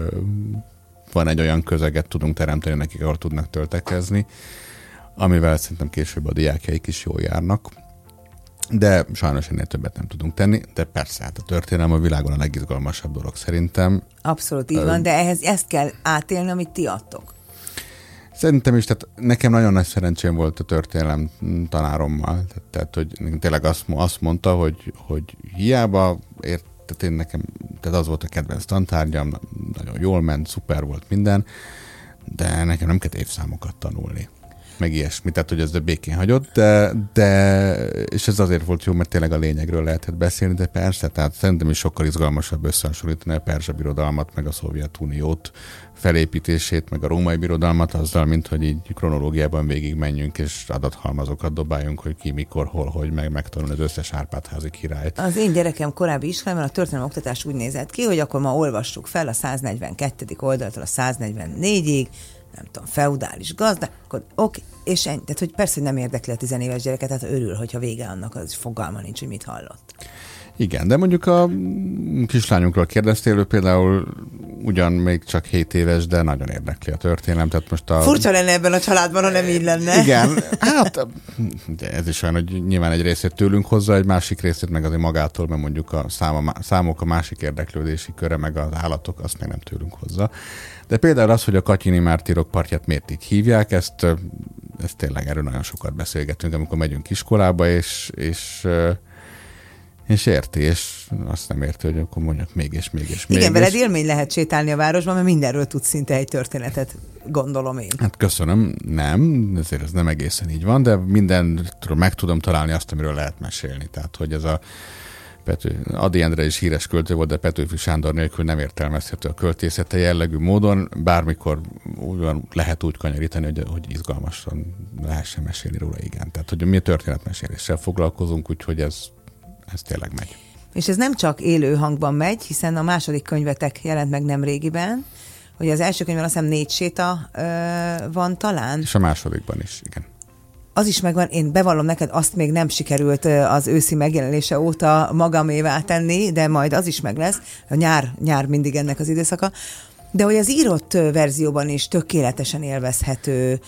van egy olyan közeget tudunk teremteni nekik, ahol tudnak töltekezni, amivel szerintem később a diákjaik is jól járnak. De sajnos ennél többet nem tudunk tenni, de persze, hát a történelem a világon a legizgalmasabb dolog szerintem. Abszolút így van, de ehhez ezt kell átélni, amit ti adtok. Szerintem is, tehát nekem nagyon nagy szerencsém volt a történelem tanárommal, tehát hogy tényleg azt mondta, hogy hiába tehát én nekem, tehát az volt a kedvenc tantárgyam, nagyon jól ment, szuper volt minden, de nekem nem kellett évszámokat tanulni. Meg ilyesmi, tehát hogy ez békén hagyott, de és ez azért volt jó, mert tényleg a lényegről lehetett beszélni, de persze, tehát szerintem is sokkal izgalmasabb összehasonlítani a Perzsa Birodalmat, meg a Szovjetuniót felépítését, meg a Római Birodalmat azzal, mint hogy így kronológiában végig menjünk, és adathalmazokat dobáljunk, hogy ki, mikor, hol, hogy megtanulni az összes Árpád-házi királyt. Az én gyerekem korábbi iskolában a történelmi oktatás úgy nézett ki, hogy akkor ma olvassuk fel a 142. oldaltól a 144-ig, nem tudom, feudális gazdák, oké, és ennyi. Tehát, hogy persze, hogy nem érdekli a 10 éves gyereket, tehát örül, hogyha vége annak, az fogalma nincs, hogy mit hallott. Igen, de mondjuk a kislányunkról kérdeztél, ő például ugyan még csak 7 éves, de nagyon érdekli a történelem. Tehát most furcsa lenne ebben a családban, ha nem így lenne. Igen, hát ez is olyan, hogy nyilván egy részét tőlünk hozza, egy másik részét meg azért magától, mert mondjuk a számok, a másik érdeklődési köre, meg az állatok, azt meg nem tőlünk hozza. De például az, hogy a Katyini Mártírok partját miért így hívják, ezt tényleg erről nagyon sokat beszélgetünk, amikor megyünk iskolába, és érti, és azt nem érti, hogy akkor mondjuk még. Igen, veled élmény lehet sétálni a városban, mert mindenről tudsz szinte egy történetet gondolom én. Hát köszönöm, nem, ezért ez nem egészen így van, de mindenről meg tudom találni azt, amiről lehet mesélni. Tehát, hogy ez a Ady Endre is híres költő volt, de Petőfi Sándor nélkül nem értelmezhető a költészete jellegű módon. Bármikor lehet úgy kanyarítani, hogy izgalmasan lehessen mesélni róla, igen. Tehát, hogy mi a történetmeséléssel foglalkozunk, úgyhogy ez tényleg megy. És ez nem csak élő hangban megy, hiszen a második könyvetek jelent meg nem régiben, hogy az első könyvben azt hiszem 4 séta van talán. És a másodikban is, igen. Az is megvan, én bevallom neked, azt még nem sikerült az őszi megjelenése óta magamévá tenni, de majd az is meg lesz. A nyár mindig ennek az időszaka. De hogy az írott verzióban is tökéletesen élvezhető,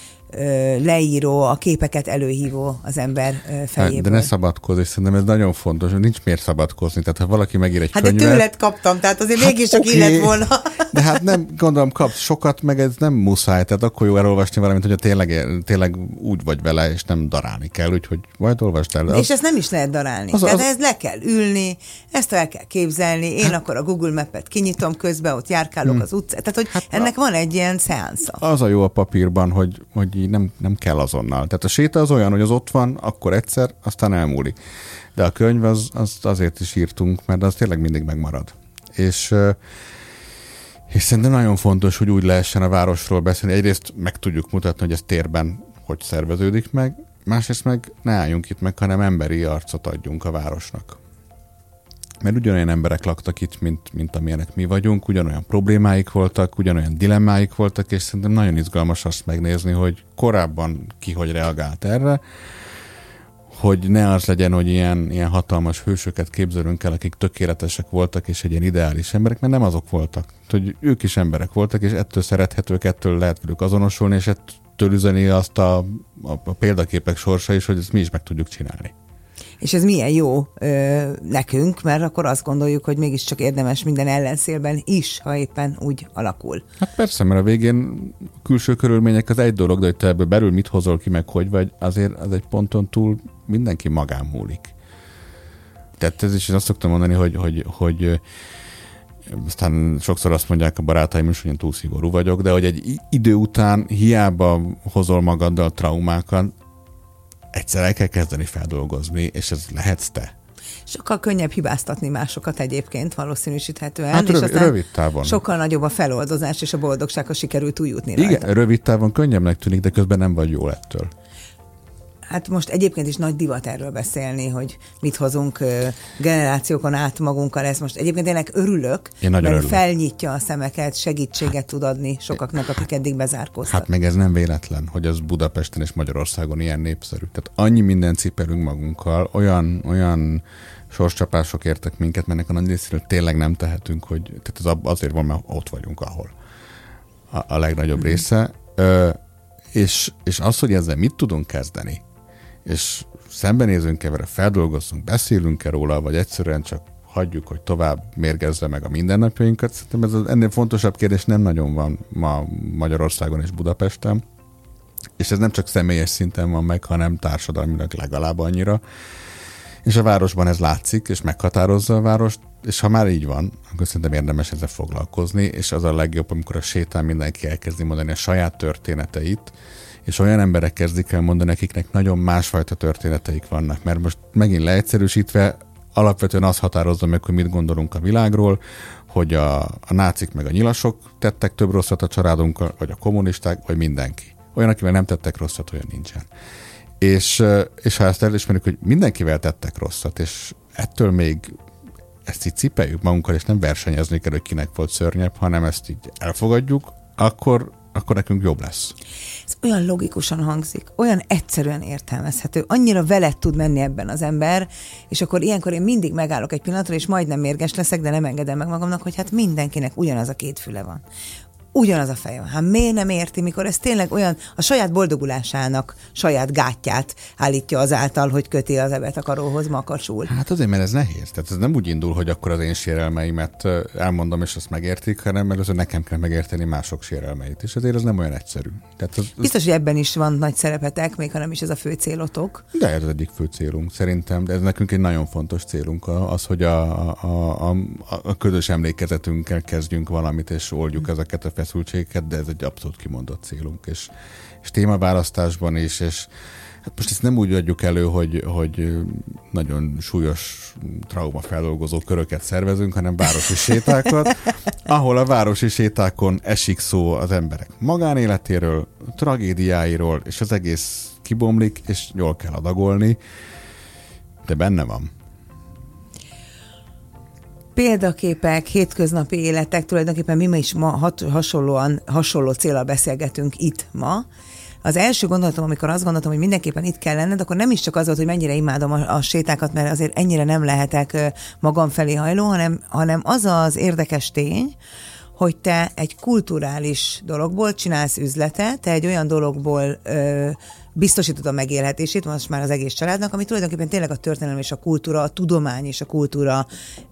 leíró, a képeket előhívó az ember fejéből. De ne szabadkozz, szerintem ez nagyon fontos, hogy nincs miért szabadkozni. Tehát ha valaki megír egy könyvet... de tőled kaptam, tehát azért mégis csak illet volna. De hát nem, gondolom kapsz sokat, meg ez nem muszáj, tehát akkor jó elolvasni valamit, hogyha tényleg úgy vagy vele, és nem darálni kell, úgyhogy majd olvasd el. És ezt nem is lehet darálni. Tehát ez le kell ülni, ezt el kell képzelni, én akkor a Google Map-et kinyitom közben, ott járkálok az utcán. Tehát, hogy ennek van egy ilyen szeánsza. Az a jó a papírban, hogy így nem kell azonnal. Tehát a séta az olyan, hogy az ott van, akkor egyszer, aztán elmúlik. De a könyv azért is írtunk, mert az tényleg mindig megmarad. És szerintem nagyon fontos, hogy úgy lehessen a városról beszélni. Egyrészt meg tudjuk mutatni, hogy ez térben hogy szerveződik meg, másrészt meg ne álljunk itt meg, hanem emberi arcot adjunk a városnak. Mert ugyanolyan emberek laktak itt, mint amilyenek mi vagyunk, ugyanolyan problémáik voltak, ugyanolyan dilemmáik voltak, és szerintem nagyon izgalmas azt megnézni, hogy korábban ki hogy reagált erre, hogy ne az legyen, hogy ilyen hatalmas hősöket képzelünk el, akik tökéletesek voltak, és egy ilyen ideális emberek, mert nem azok voltak. Hogy ők is emberek voltak, és ettől szerethetők, ettől lehet velük azonosulni, és ettől üzeni azt a példaképek sorsa is, hogy ezt mi is meg tudjuk csinálni. És ez milyen jó nekünk, mert akkor azt gondoljuk, hogy mégiscsak érdemes minden ellenszélben is, ha éppen úgy alakul. Hát persze, mert a végén külső körülmények az egy dolog, de hogy te ebből belül mit hozol ki, meg hogy vagy, azért az egy ponton túl mindenki magán múlik. Tehát ez is azt szoktam mondani, hogy aztán sokszor azt mondják a barátaim is, hogy én túl szigorú vagyok, de hogy egy idő után hiába hozol magaddal traumákat, egyszer el kell kezdeni feldolgozni, és ez lehetsz te. Sokkal könnyebb hibáztatni másokat egyébként, valószínűsíthetően. Hát rövid távon. Sokkal nagyobb a feloldozás, és a boldogság, ha sikerült újjutni rajta. Igen, rövid távon könnyebbnek tűnik, de közben nem vagy jól ettől. Hát most egyébként is nagy divat erről beszélni, hogy mit hozunk generációkon át magunkkal. Ezt most egyébként tényleg örülök, mert felnyitja a szemeket, segítséget tud adni sokaknak, akik eddig bezárkóztak. Hát meg ez nem véletlen, hogy az Budapesten és Magyarországon ilyen népszerű. Tehát annyi mindent cipelünk magunkkal, olyan sorscsapások értek minket, mert a nagy részéről tényleg nem tehetünk, hogy tehát ez azért van, mert ott vagyunk, ahol a legnagyobb része. És az, hogy ezzel mit tudunk kezdeni, és szembenézünk-e vele, feldolgozzunk, beszélünk-e róla, vagy egyszerűen csak hagyjuk, hogy tovább mérgezze meg a mindennapjainkat. Szerintem ez ennél fontosabb kérdés nem nagyon van ma Magyarországon és Budapesten, és ez nem csak személyes szinten van meg, hanem társadalmilag legalább annyira. És a városban ez látszik, és meghatározza a várost, és ha már így van, akkor szerintem érdemes ezzel foglalkozni, és az a legjobb, amikor a sétán mindenki elkezdi mondani a saját történeteit, és olyan emberek kezdik el mondani, akiknek nagyon másfajta történeteik vannak, mert most megint leegyszerűsítve alapvetően az határozza meg, hogy mit gondolunk a világról, hogy a nácik meg a nyilasok tettek több rosszat a családunkkal, vagy a kommunisták, vagy mindenki. Olyan, akivel nem tettek rosszat, olyan nincsen. És ha ezt elismerjük, hogy mindenkivel tettek rosszat, és ettől még ezt így cipeljük magunkkal, és nem versenyezni kell, hogy kinek volt szörnyebb, hanem ezt így elfogadjuk, akkor nekünk jobb lesz. Ez olyan logikusan hangzik, olyan egyszerűen értelmezhető, annyira veled tud menni ebben az ember, és akkor ilyenkor én mindig megállok egy pillanatra, és majdnem mérges leszek, de nem engedem meg magamnak, hogy hát mindenkinek ugyanaz a két füle van. Ugyanaz a feje van. Hát miért nem érti, mikor ez tényleg olyan a saját boldogulásának saját gátját állítja azáltal, hogy köti az ebet a karóhoz makacsul. Hát azért, mert ez nehéz. Tehát ez nem úgy indul, hogy akkor az én sérelmeimet elmondom, és azt megértik, hanem először nekem kell megérteni mások sérelmeit. És azért ez nem olyan egyszerű. Tehát biztos, hogy ebben is van nagy szerepetek, még ha nem is ez a fő célotok. De ez egyik fő célunk szerintem. De ez nekünk egy nagyon fontos célunk az, hogy a közös emlékezetünkkel kezdjünk valamit, és oldjuk ezeket a feszültségeket, de ez egy abszolút kimondott célunk, és témaválasztásban is, és hát most ezt nem úgy adjuk elő, hogy nagyon súlyos traumafeldolgozó köröket szervezünk, hanem városi sétákat, ahol a városi sétákon esik szó az emberek magánéletéről, tragédiáiról, és az egész kibomlik, és jól kell adagolni, de benne van. Példaképek, hétköznapi életek, tulajdonképpen mi is ma hasonló céllal beszélgetünk itt ma. Az első gondolatom, amikor azt gondoltam, hogy mindenképpen itt kell lenned, akkor nem is csak az volt, hogy mennyire imádom a sétákat, mert azért ennyire nem lehetek magam felé hajló, hanem az az érdekes tény, hogy te egy kulturális dologból csinálsz üzletet, te egy olyan dologból biztosítod a megélhetését, most már az egész családnak, ami tulajdonképpen tényleg a történelem és a kultúra, a tudomány és a kultúra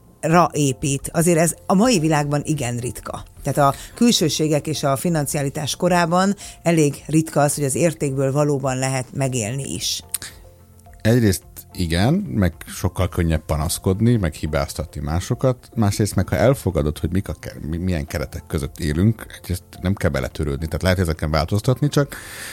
épít. Azért ez a mai világban igen ritka. Tehát a külsőségek és a financialitás korában elég ritka az, hogy az értékből valóban lehet megélni is. Egyrészt igen, meg sokkal könnyebb panaszkodni, meg hibáztatni másokat. Másrészt meg ha elfogadod, hogy milyen keretek között élünk, egyrészt nem kell beletörődni, tehát lehet ezeken változtatni, csak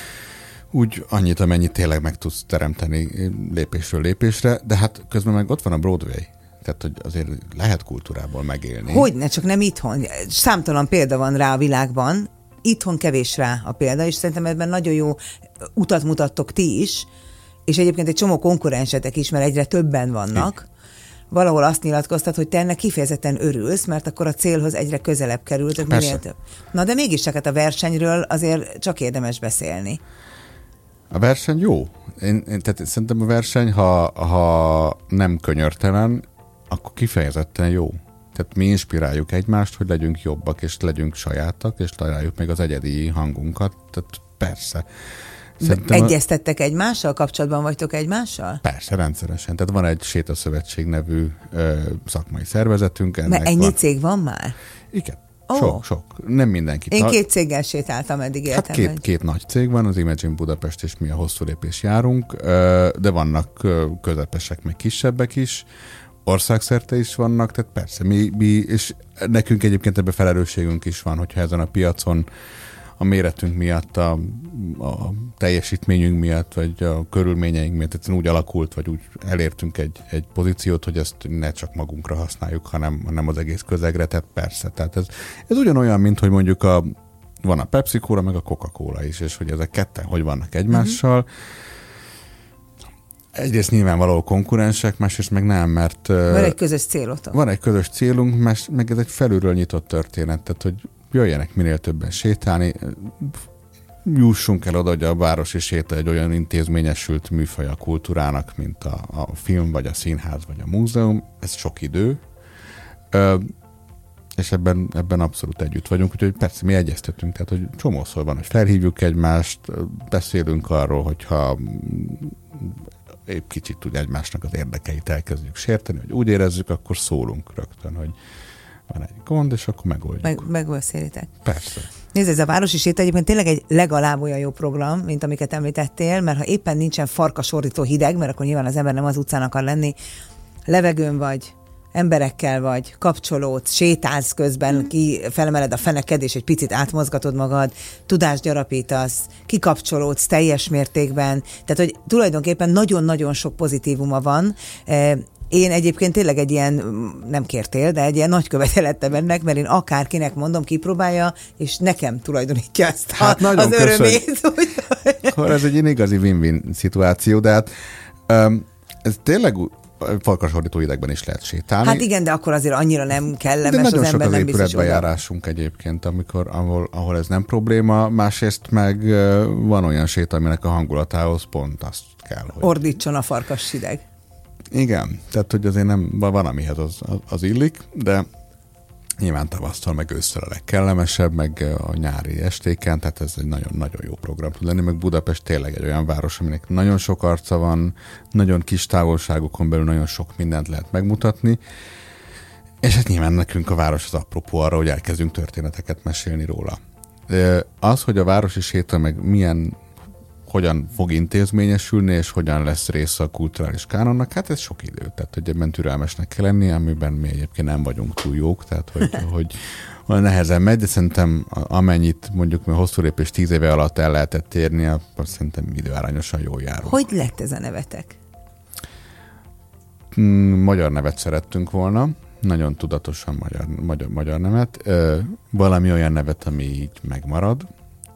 úgy annyit, amennyit tényleg meg tudsz teremteni lépésről lépésre, de hát közben meg ott van a Broadway. Tehát, hogy azért lehet kultúrából megélni. Hogyne, csak nem itthon. Számtalan példa van rá a világban. Itthon kevés rá a példa, és szerintem ebben nagyon jó utat mutattok ti is, és egyébként egy csomó konkurensetek is, mert egyre többen vannak. Valahol azt nyilatkoztat, hogy te ennek kifejezetten örülsz, mert akkor a célhoz egyre közelebb kerültök. Minél több. Na, de mégis csak hát a versenyről azért csak érdemes beszélni. A verseny jó. Tehát szerintem a verseny, ha nem könyörtelen, akkor kifejezetten jó. Tehát mi inspiráljuk egymást, hogy legyünk jobbak, és legyünk sajátak, és találjuk meg az egyedi hangunkat. Tehát persze. Egyeztettek egymással? Kapcsolatban vagytok egymással? Persze, rendszeresen. Tehát van egy Sétaszövetség nevű szakmai szervezetünk. Mert ennyi cég van már? Igen. Oh. Sok. Nem mindenki. Én 2 céggel sétáltam eddig életemben. Hát két nagy cég van, az Imagine Budapest és mi a Hosszú Lépés járunk, de vannak közepesek, meg kisebbek is, országszerte is vannak, tehát persze mi és nekünk egyébként ebben felelősségünk is van, hogyha ezen a piacon a méretünk miatt, a teljesítményünk miatt, vagy a körülményeink miatt egyszerűen úgy alakult, vagy úgy elértünk egy pozíciót, hogy ezt ne csak magunkra használjuk, hanem az egész közegre, tehát persze. Tehát ez ugyanolyan, mint hogy mondjuk van a Pepsi Cola, meg a Coca-Cola is, és hogy ezek ketten hogy vannak egymással. Egyrészt nyilvánvaló konkurensek, másrészt meg nem, mert... Van egy közös célotok. Van egy közös célunk, meg ez egy felülről nyitott történet, tehát hogy jöjjenek minél többen sétálni, jussunk el oda, hogy a városi séta egy olyan intézményesült műfaj a kultúrának, mint a film, vagy a színház, vagy a múzeum. Ez sok idő, és ebben abszolút együtt vagyunk, úgyhogy persze mi egyeztetünk, tehát hogy csomószor van, hogy felhívjuk egymást, beszélünk arról, hogyha épp kicsit tud egymásnak az érdekeit elkezdjük sérteni, hogy úgy érezzük, akkor szólunk rögtön, hogy van egy gond, és akkor megoldjuk. Megbeszélitek. Persze. Nézd, ez a városi séta egyébként tényleg egy legalább olyan jó program, mint amiket említettél, mert ha éppen nincsen farkasordító hideg, mert akkor nyilván az ember nem az utcán akar lenni, levegőn vagy, emberekkel vagy, kapcsolódsz, sétálsz közben, felemeled a feneked, és egy picit átmozgatod magad, tudást gyarapítasz, kikapcsolódsz teljes mértékben. Tehát, hogy tulajdonképpen nagyon-nagyon sok pozitívuma van. Én egyébként tényleg egy ilyen, nem kértél, de egy ilyen nagykövete lettem ennek, mert én akárkinek mondom, kipróbálja, és nekem tulajdonítja ezt az örömét. Akkor ez egy igazi win-win szituáció, de hát ez tényleg farkasordító idegben is lehet sétálni. Hát igen, de akkor azért annyira nem kellemes, az ember nem biztos. De nagyon sok az épületbejárásunk egyébként, ahol ez nem probléma, másrészt meg van olyan séta, aminek a hangulatához pont azt kell, hogy... Ordítson a farkas hideg. Igen, tehát hogy azért nem van, amihez az illik, de nyilván tavasztal, meg ősszel a legkellemesebb, meg a nyári estéken, tehát ez egy nagyon-nagyon jó program tud lenni, meg Budapest tényleg egy olyan város, aminek nagyon sok arca van, nagyon kis távolságokon belül nagyon sok mindent lehet megmutatni, és hát nyilván nekünk a város az apropó arra, hogy elkezdünk történeteket mesélni róla. Az, hogy a városi séta meg milyen hogyan fog intézményesülni, és hogyan lesz része a kulturális kánonnak, hát ez sok idő. Tehát, hogy ebben türelmesnek kell lenni, amiben mi egyébként nem vagyunk túl jók, tehát, hogy nehezen megy, de szerintem amennyit mondjuk hosszú lépés 10 éve alatt el lehetett érni, akkor szerintem időárányosan jól járunk. Hogy lett ez a nevetek? Magyar nevet szerettünk volna, nagyon tudatosan magyar nevet, valami olyan nevet, ami így megmarad,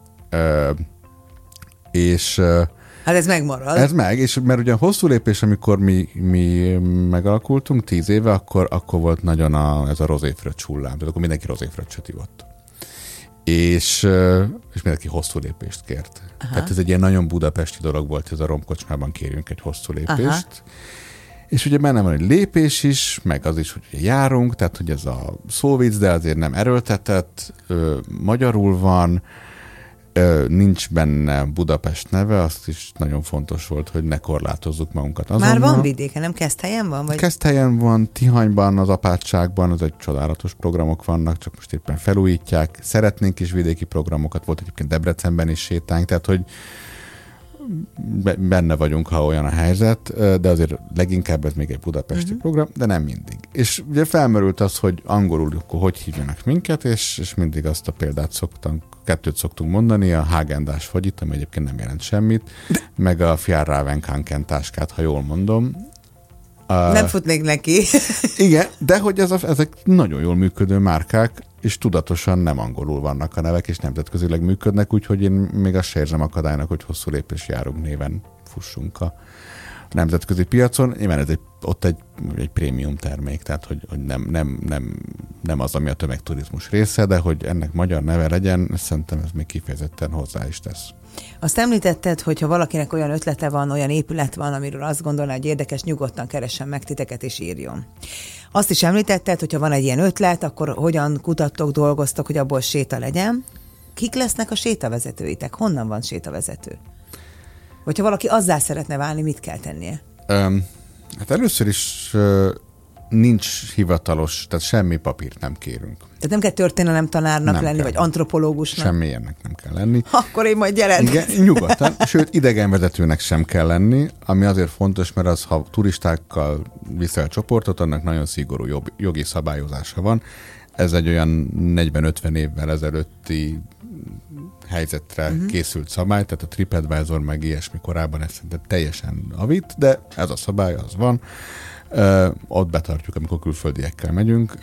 és hát ez megmarad. Ez meg, és mert ugye a hosszú lépés, amikor mi megalakultunk 10 éve, akkor volt nagyon ez a rozéfröccs hullám, tehát akkor mindenki rozéfröccsöt ivott. És mindenki hosszú lépést kért. Aha. Tehát ez egy ilyen nagyon budapesti dolog volt, ez a romkocsmában kérjünk egy hosszú lépést. Aha. És ugye benne van egy lépés is, meg az is, hogy járunk, tehát hogy ez a szóvic, de azért nem erőltetett, magyarul van, nincs benne Budapest neve, azt is nagyon fontos volt, hogy ne korlátozzuk magunkat azonnal. Már van vidéken, nem Keszthelyen van? Vagy? Keszthelyen van, Tihanyban, az Apátságban, az egy csodálatos programok vannak, csak most éppen felújítják. Szeretnénk is vidéki programokat, volt egyébként Debrecenben is sétánk, tehát hogy benne vagyunk, ha olyan a helyzet, de azért leginkább ez még egy budapesti program, de nem mindig. És ugye felmerült az, hogy angolul akkor hogy hívjanak minket, és mindig azt a példát kettőt szoktunk mondani, a Häagen-Dazs fagyit, ami egyébként nem jelent semmit, meg a Fjärravenkanken táskát, ha jól mondom. Nem futnék neki. Igen, de hogy ezek nagyon jól működő márkák, és tudatosan nem angolul vannak a nevek, és nemzetközileg működnek, úgyhogy én még azt se érzem akadálynak, hogy hosszú lépés járunk néven fussunk a nemzetközi piacon. Nyilván ez ott egy prémium termék, tehát hogy nem az, ami a tömegturizmus része, de hogy ennek magyar neve legyen, szerintem ez még kifejezetten hozzá is tesz. Azt említetted, hogy ha valakinek olyan ötlete van, olyan épület van, amiről azt gondolná, hogy érdekes, nyugodtan keressen meg titeket és írjon. Azt is említetted, hogy ha van egy ilyen ötlet, akkor hogyan kutattok, dolgoztok, hogy abból séta legyen. Kik lesznek a sétavezetőitek? Honnan van sétavezető? Vagy ha valaki azzá szeretne válni, mit kell tennie? Hát először is nincs hivatalos, tehát semmi papírt nem kérünk. Tehát nem kell történelemtanárnak lenni, kell. Vagy antropológusnak? Semmi ilyennek nem kell lenni. Akkor én majd jelentkezem. Igen, nyugodtan. Sőt, idegenvezetőnek sem kell lenni, ami azért fontos, mert az, ha turistákkal viszel csoportot, annak nagyon szigorú jogi szabályozása van. Ez egy olyan 40-50 évvel ezelőtti helyzetre készült szabály, tehát a TripAdvisor meg ilyesmi korábban ezt szerintem teljesen avít, de ez a szabály, az van. Ott betartjuk, amikor külföldiekkel megyünk.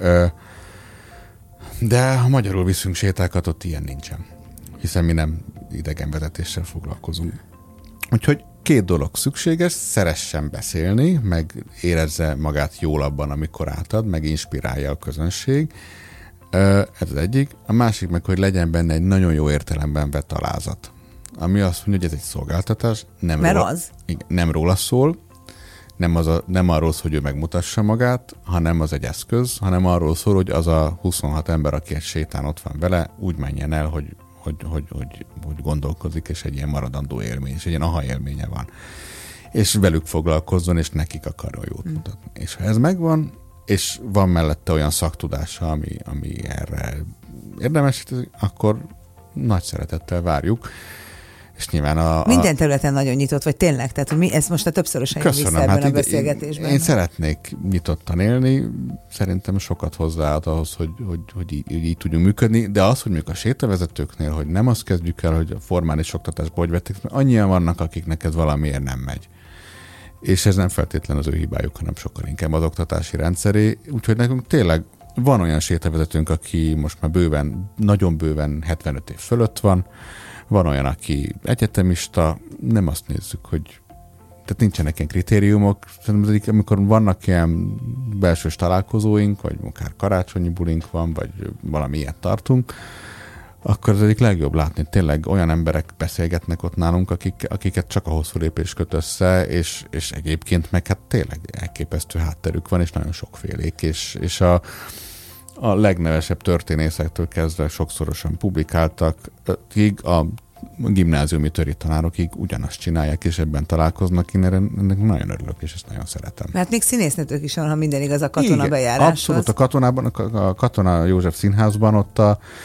De ha magyarul viszünk sétákat, ott ilyen nincsen. Hiszen mi nem idegenvezetéssel foglalkozunk. Úgyhogy 2 dolog szükséges, szeressen beszélni, meg érezze magát jól abban, amikor átad, meg inspirálja a közönség. Ez az egyik. A másik meg, hogy legyen benne egy nagyon jó értelemben vett alázat. Ami azt mondja, hogy ez egy szolgáltatás. Nem róla szól, nem arról szól, hogy ő megmutassa magát, hanem az egy eszköz, hanem arról szól, hogy az a 26 ember, aki egy sétán ott van vele, úgy menjen el, hogy gondolkozik, és egy ilyen maradandó élmény, és egy ilyen aha élménye van. És velük foglalkozzon, és nekik akarja jót mutatni. És ha ez megvan, és van mellette olyan szaktudása, ami erre érdemes, akkor nagy szeretettel várjuk. És nyilván minden területen nagyon nyitott vagy tényleg, tehát hogy ez most a többszörösen jön vissza ebben a beszélgetésben. Én szeretnék nyitottan élni, szerintem sokat hozzáad ahhoz, hogy így tudjunk működni, de az, hogy mondjuk a sétavezetőknél, hogy nem azt kezdjük el, hogy a formális oktatásba hogy vették, mert annyian vannak, akiknek ez valamiért nem megy. És ez nem feltétlenül az ő hibájuk, hanem sokkal inkább az oktatási rendszeré. Úgyhogy nekünk tényleg van olyan sétavezetőnk, aki most már nagyon bőven 75 év fölött van, van olyan, aki egyetemista, nem azt nézzük, hogy tehát nincsenek ilyen kritériumok. Amikor vannak ilyen belsős találkozóink, vagy akár karácsonyi bulink van, vagy valami ilyet tartunk, akkor az egyik legjobb látni. Tényleg olyan emberek beszélgetnek ott nálunk, akiket csak a hosszú lépés köt össze, és egyébként meg hát tényleg elképesztő hátterük van, és nagyon sokfélék, és a legnevesebb történészektől kezdve sokszorosan publikáltak, a gimnáziumi tanárokig ugyanazt csinálják, és ebben találkoznak, én ennek nagyon örülök, és ezt nagyon szeretem. Mert még színésznőtök is van, ha minden igaz, a katona bejáráshoz. Abszolút, a Katona József Színházban ott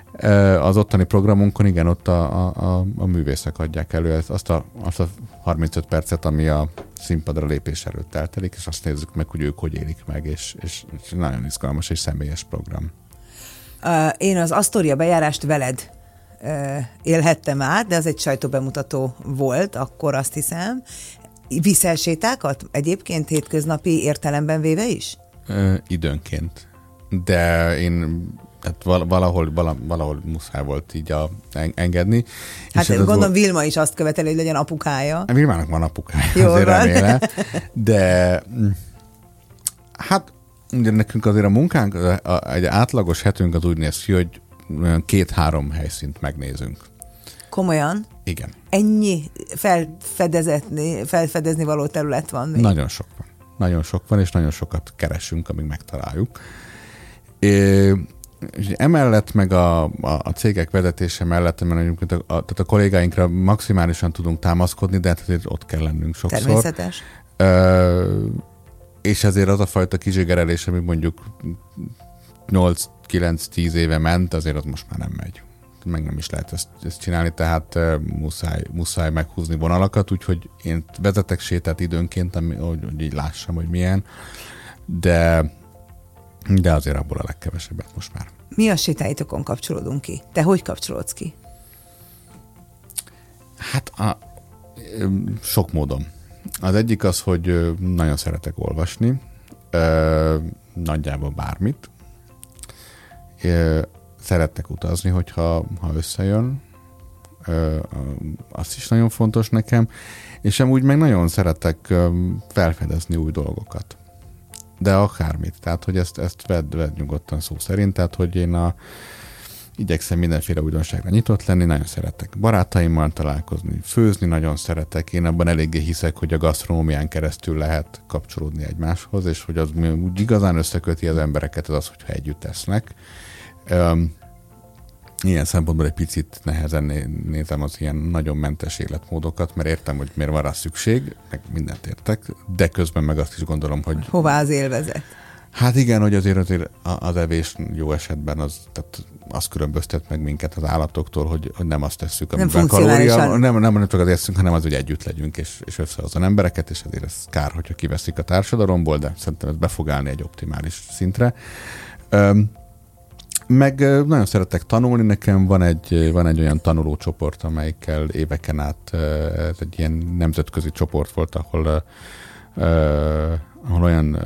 Az ottani programunkon, igen, ott a művészek adják elő azt a 35 percet, ami a színpadra lépés előtt eltelik, és azt nézzük meg, hogy ők hogy élik meg, és nagyon izgalmas és személyes program. Én az Astoria bejárást veled élhettem át, de az egy sajtóbemutató volt, akkor azt hiszem. Viszel sétákat egyébként hétköznapi értelemben véve is? Időnként. De én valahol muszáj volt így engedni. Hát én gondolom Vilma is azt követeli, hogy legyen apukája. Vilmának van apukája, Jól azért van. remélem. De hát ugye nekünk azért a munkánk, egy átlagos hetünk az úgy néz ki, hogy 2-3 helyszínt megnézünk. Komolyan? Igen. Ennyi felfedezni való terület van még? Nagyon sok van. Nagyon sok van, és nagyon sokat keresünk, amíg megtaláljuk. És emellett meg a cégek vezetése mellett, mert tehát a kollégáinkra maximálisan tudunk támaszkodni, de hát azért ott kell lennünk sokszor. Természetes. És ezért az a fajta kizsigerelés, ami mondjuk 8-9-10 éve ment, azért az most már nem megy. Meg nem is lehet ezt csinálni, tehát muszáj meghúzni vonalakat, úgyhogy én vezetek sétát időnként, hogy így lássam, hogy milyen, de azért abból a legkevesebbet most már. Mi a sétáitokon kapcsolódunk ki? Te hogy kapcsolódsz ki? Hát sok módon. Az egyik az, hogy nagyon szeretek olvasni, nagyjából bármit. Szeretek utazni, ha összejön. Az is nagyon fontos nekem. És amúgy meg nagyon szeretek felfedezni új dolgokat. De akármit. Tehát, hogy ezt vedd nyugodtan szó szerint. Tehát, hogy én igyekszem mindenféle újdonságra nyitott lenni, nagyon szeretek barátaimmal találkozni, főzni nagyon szeretek. Én abban eléggé hiszek, hogy a gasztronómián keresztül lehet kapcsolódni egymáshoz, és hogy az úgy igazán összeköti az embereket, az, hogyha együtt esznek. Ilyen szempontból egy picit nehezen nézem az ilyen nagyon mentes életmódokat, mert értem, hogy miért van rá szükség, meg mindent értek, de közben meg azt is gondolom, hogy... Hová az élvezet? Hát igen, hogy azért az evés jó esetben az különböztet meg minket az állatoktól, hogy nem azt tesszük, amiben kalória, nem csak az eszünk, hanem az, hogy együtt legyünk, és összehozzon embereket, és ezért ez kár, hogyha kiveszik a társadalomból, de szerintem ez be fog állni egy optimális szintre. Meg nagyon szeretek tanulni, nekem van egy olyan tanulócsoport, amelyikkel éveken át ez egy ilyen nemzetközi csoport volt, ahol olyan,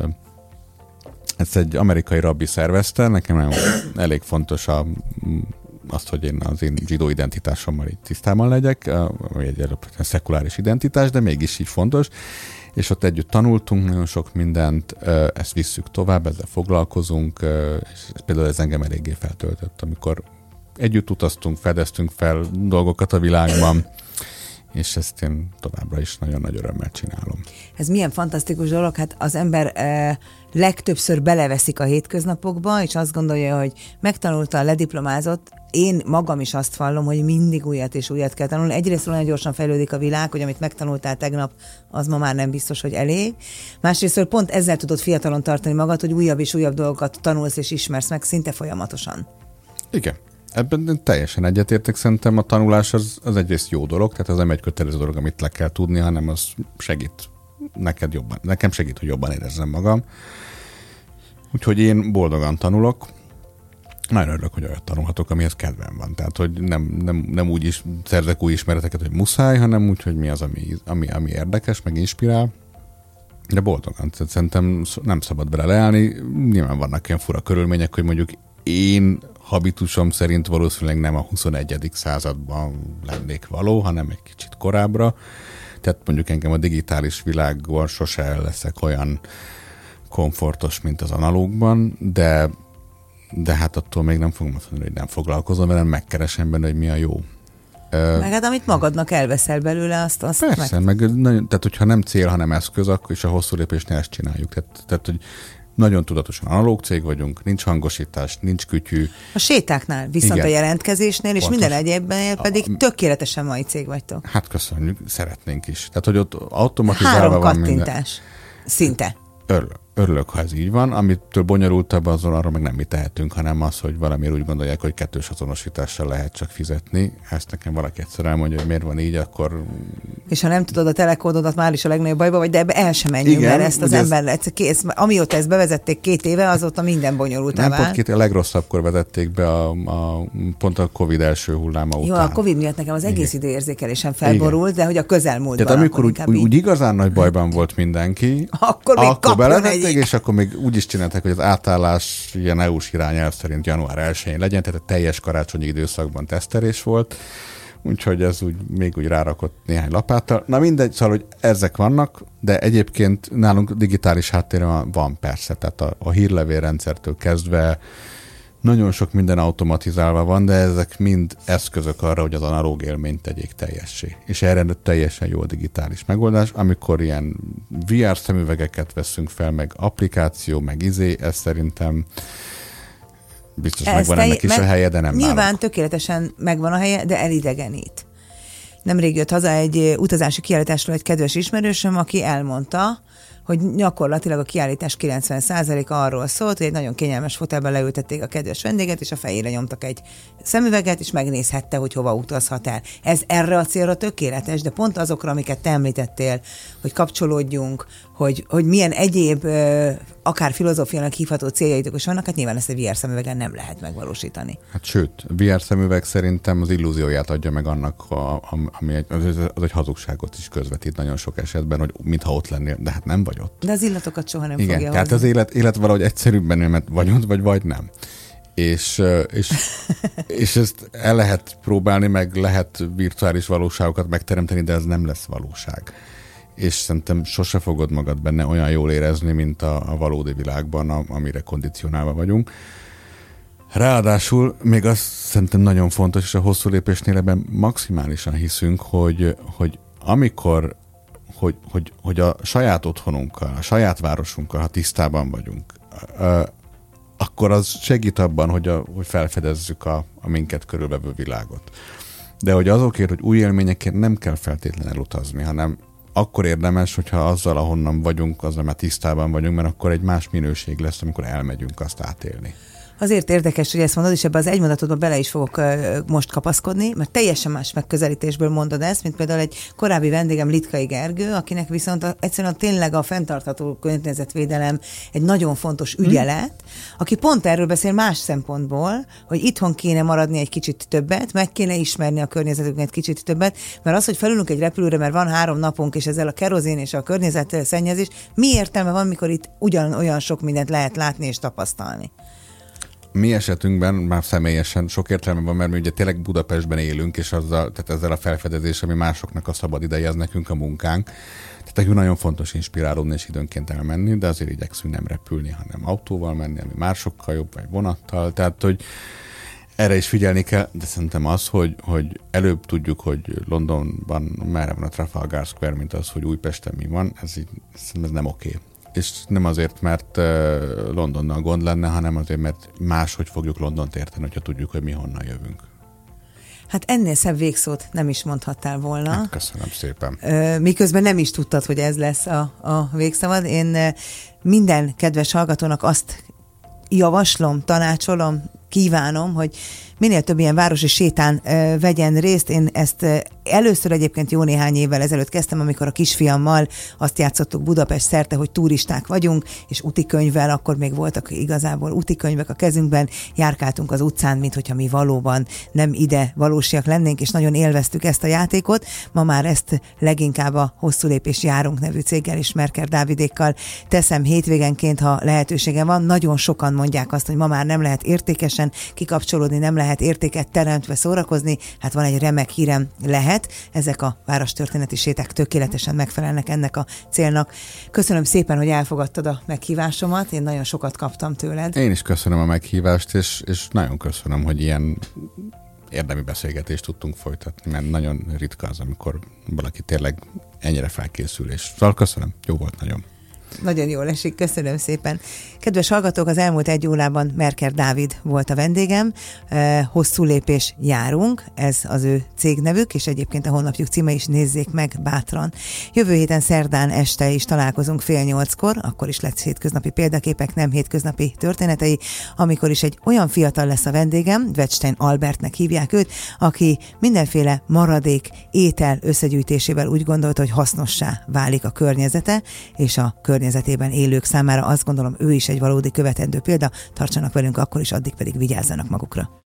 ez egy amerikai rabbi szervezte, nekem nagyon elég fontos azt, hogy az én zsidó identitásommal így tisztában legyek, ami egy szekuláris identitás, de mégis így fontos, és ott együtt tanultunk nagyon sok mindent, ezt visszük tovább, ezzel foglalkozunk, és például ez engem eléggé feltöltött, amikor együtt utaztunk, fedeztünk fel dolgokat a világban, és ezt én továbbra is nagyon nagy örömmel csinálom. Ez milyen fantasztikus dolog, hát az ember legtöbbször beleveszik a hétköznapokba, és azt gondolja, hogy megtanulta, lediplomázott. Én magam is azt vallom, hogy mindig újat és újat kell tanulni. Egyrészt olyan gyorsan fejlődik a világ, hogy amit megtanultál tegnap, az ma már nem biztos, hogy elég. Másrészt pont ezzel tudod fiatalon tartani magad, hogy újabb és újabb dolgokat tanulsz és ismersz meg szinte folyamatosan. Igen. Ebben teljesen egyetértek, szerintem a tanulás az egyrészt jó dolog, tehát az nem egy kötelező dolog, amit le kell tudni, hanem az segít neked jobban. Nekem segít, hogy jobban érezzem magam. Úgyhogy én boldogan tanulok. Nagyon örülök, hogy olyat tanulhatok, amihez kedvem van. Tehát, hogy nem úgy is szerzek új ismereteket, hogy muszáj, hanem úgy, hogy mi az, ami érdekes, meg inspirál. De boldogan. Tehát szerintem nem szabad bele leállni. Nyilván vannak ilyen fura körülmények, hogy mondjuk én habitusom szerint valószínűleg nem a 21. században lennék való, hanem egy kicsit korábbra. Tehát mondjuk engem a digitális világban sose leszek olyan komfortos, mint az analógban, de hát attól még nem fogom azt mondani, hogy nem foglalkozom, mert megkeresem benne, hogy mi a jó. Meg hát amit magadnak elveszel belőle, azt persze, tehát hogyha nem cél, hanem eszköz, akkor is a hosszú lépésnél ezt csináljuk. Tehát hogy nagyon tudatosan analóg cég vagyunk, nincs hangosítás, nincs kütyű. A sétáknál, viszont igen. A jelentkezésnél és minden egyébben pedig tökéletesen mai cég vagytok. Hát köszönjük, szeretnénk is. Tehát, hogy ott automatizálva 3 van kattintás. Minden. Szinte. örülök, ha ez így van. Amitől bonyolultabb, azon arról meg nem mi tehetünk, hanem az, hogy valamiért úgy gondolják, hogy kettős azonosítással lehet csak fizetni. Ezt nekem valaki egyszer elmondja, hogy miért van így, akkor... És ha nem tudod a telekódodat, már is a legnagyobb bajba vagy, de ebbe el sem menjünk, mert ezt az ember amióta ezt bevezették 2 éve, azóta minden bonyolultá vált. Nem pont a legrosszabbkor vezették be pont a Covid első hulláma után. Jó, a Covid miatt nekem az egész időérzékelésem felborult, de hogy a közelmúltban. Tehát amikor úgy igazán nagy bajban volt mindenki, akkor belevették, és akkor még úgy is csinálták, hogy az átállás ilyen EU-s irányelv szerint január 1-én legyen, tehát a teljes karácsonyi időszakban tesztelés volt, úgyhogy ez még úgy rárakott néhány lapáttal. Na mindegy, szóval, hogy ezek vannak, de egyébként nálunk digitális háttéren van persze, tehát a hírlevélrendszertől kezdve nagyon sok minden automatizálva van, de ezek mind eszközök arra, hogy az analóg élményt tegyék teljessé. És erre teljesen jó a digitális megoldás. Amikor ilyen VR szemüvegeket veszünk fel, meg applikáció, meg ez szerintem biztos megvan ennek is a helye, de nem nyilván nálunk. Tökéletesen megvan a helye, de elidegenít. Nemrég jött haza egy utazási kiállításról egy kedves ismerősöm, aki elmondta, hogy gyakorlatilag a kiállítás 90%-a arról szólt, hogy egy nagyon kényelmes fotelben leültették a kedves vendéget, és a fejére nyomtak egy szemüveget, és megnézhette, hogy hova utazhat el. Ez erre a célra tökéletes, de pont azokra, amiket te említettél, hogy kapcsolódjunk, hogy milyen egyéb, akár filozófiának hívható céljaitok is vannak, hát nyilván ezt a VR szemüvegen nem lehet megvalósítani. Hát sőt, VR szemüveg szerintem az illúzióját adja meg annak, ami az egy hazugságot is közvetít nagyon sok esetben, hogy mintha ott lennél, de hát nem vagy ott. De az illatokat soha nem igen, fogja tehát hozni. az élet valahogy egyszerűbben, mert vagy ott, vagy nem. És ezt el lehet próbálni, meg lehet virtuális valóságokat megteremteni, de ez nem lesz valóság. És szerintem sose fogod magad benne olyan jól érezni, mint a valódi világban, amire kondicionálva vagyunk. Ráadásul még azt szerintem nagyon fontos, és a hosszú lépésnél ebben maximálisan hiszünk, hogy amikor hogy a saját otthonunkkal, a saját városunkkal, ha tisztában vagyunk, akkor az segít abban, hogy felfedezzük a minket körülvevő világot. De hogy azokért, hogy új élményekért nem kell feltétlenül elutazni, hanem akkor érdemes, hogyha azzal, ahonnan vagyunk, azzal már tisztában vagyunk, mert akkor egy más minőség lesz, amikor elmegyünk azt átélni. Azért érdekes, hogy ezt mondod, és ebbe az egy mondatodba bele is fogok most kapaszkodni, mert teljesen más megközelítésből mondod ezt, mint például egy korábbi vendégem Litkai Gergő, akinek viszont egyszerűen tényleg a fenntartható környezetvédelem egy nagyon fontos ügyelet, aki pont erről beszél más szempontból, hogy itthon kéne maradni egy kicsit többet, meg kéne ismerni a környezetünket egy kicsit többet, mert az, hogy felülünk egy repülőre, mert van 3 napunk, és ezzel a kerozin és a környezetszennyezés, mi értelme van, mikor itt ugyanolyan sok mindent lehet látni és tapasztalni? Mi esetünkben már személyesen sok értelme van, mert mi ugye tényleg Budapestben élünk, és tehát ezzel a felfedezéssel, ami másoknak a szabad ideje, az nekünk a munkánk. Tehát nekünk nagyon fontos inspirálódni és időnként elmenni, de azért igyekszünk nem repülni, hanem autóval menni, ami másokkal jobb, vagy vonattal. Tehát, hogy erre is figyelni kell, de szerintem az, hogy előbb tudjuk, hogy Londonban merre van a Trafalgar Square, mint az, hogy Újpesten mi van, ez nem oké. És nem azért, mert Londonnal gond lenne, hanem azért, mert máshogy fogjuk Londont érteni, hogyha tudjuk, hogy mi honnan jövünk. Hát ennél szebb végszót nem is mondhattál volna. Hát, köszönöm szépen. Miközben nem is tudtad, hogy ez lesz a végszavad. Én minden kedves hallgatónak azt javaslom, tanácsolom, kívánom, hogy minél több ilyen városi sétán vegyen részt. Én ezt először egyébként jó néhány évvel ezelőtt kezdtem, amikor a kisfiammal azt játszottuk Budapest szerte, hogy turisták vagyunk, és utikönyvvel, akkor még voltak igazából utikönyvek a kezünkben, járkáltunk az utcán, mint hogyha mi valóban nem ide valósiak lennénk, és nagyon élveztük ezt a játékot. Ma már ezt leginkább a Hosszú Lépés Járunk nevű céggel és Merker Dávidékkal teszem hétvégenként, ha lehetősége van. Nagyon sokan mondják azt, hogy ma már nem lehet értékesen kikapcsolódni, nem lehet értéket teremtve szórakozni. Hát van egy remek hírem, lehet. Ezek a várostörténeti séták tökéletesen megfelelnek ennek a célnak. Köszönöm szépen, hogy elfogadtad a meghívásomat. Én nagyon sokat kaptam tőled. Én is köszönöm a meghívást, és nagyon köszönöm, hogy ilyen érdemi beszélgetést tudtunk folytatni, mert nagyon ritka az, amikor valaki tényleg ennyire felkészül, és szóval köszönöm. Jó volt nagyon. Nagyon jól esik, köszönöm szépen. Kedves hallgatók, az elmúlt 1 órában Merker Dávid volt a vendégem. Hosszú lépés járunk, ez az ő cégnevük, és egyébként a honlapjuk címe is, nézzék meg bátran. Jövő héten szerdán este is találkozunk 7:30, akkor is lesz hétköznapi példaképek, nem hétköznapi történetei, amikor is egy olyan fiatal lesz a vendégem, Wettstein Albertnek hívják őt, aki mindenféle maradék étel összegyűjtésével úgy gondolta, hogy hasznossá válik a környezete, és a környezetében élők számára azt gondolom, ő is egy valódi követendő példa. Tartsanak velünk akkor is, addig pedig vigyázzanak magukra.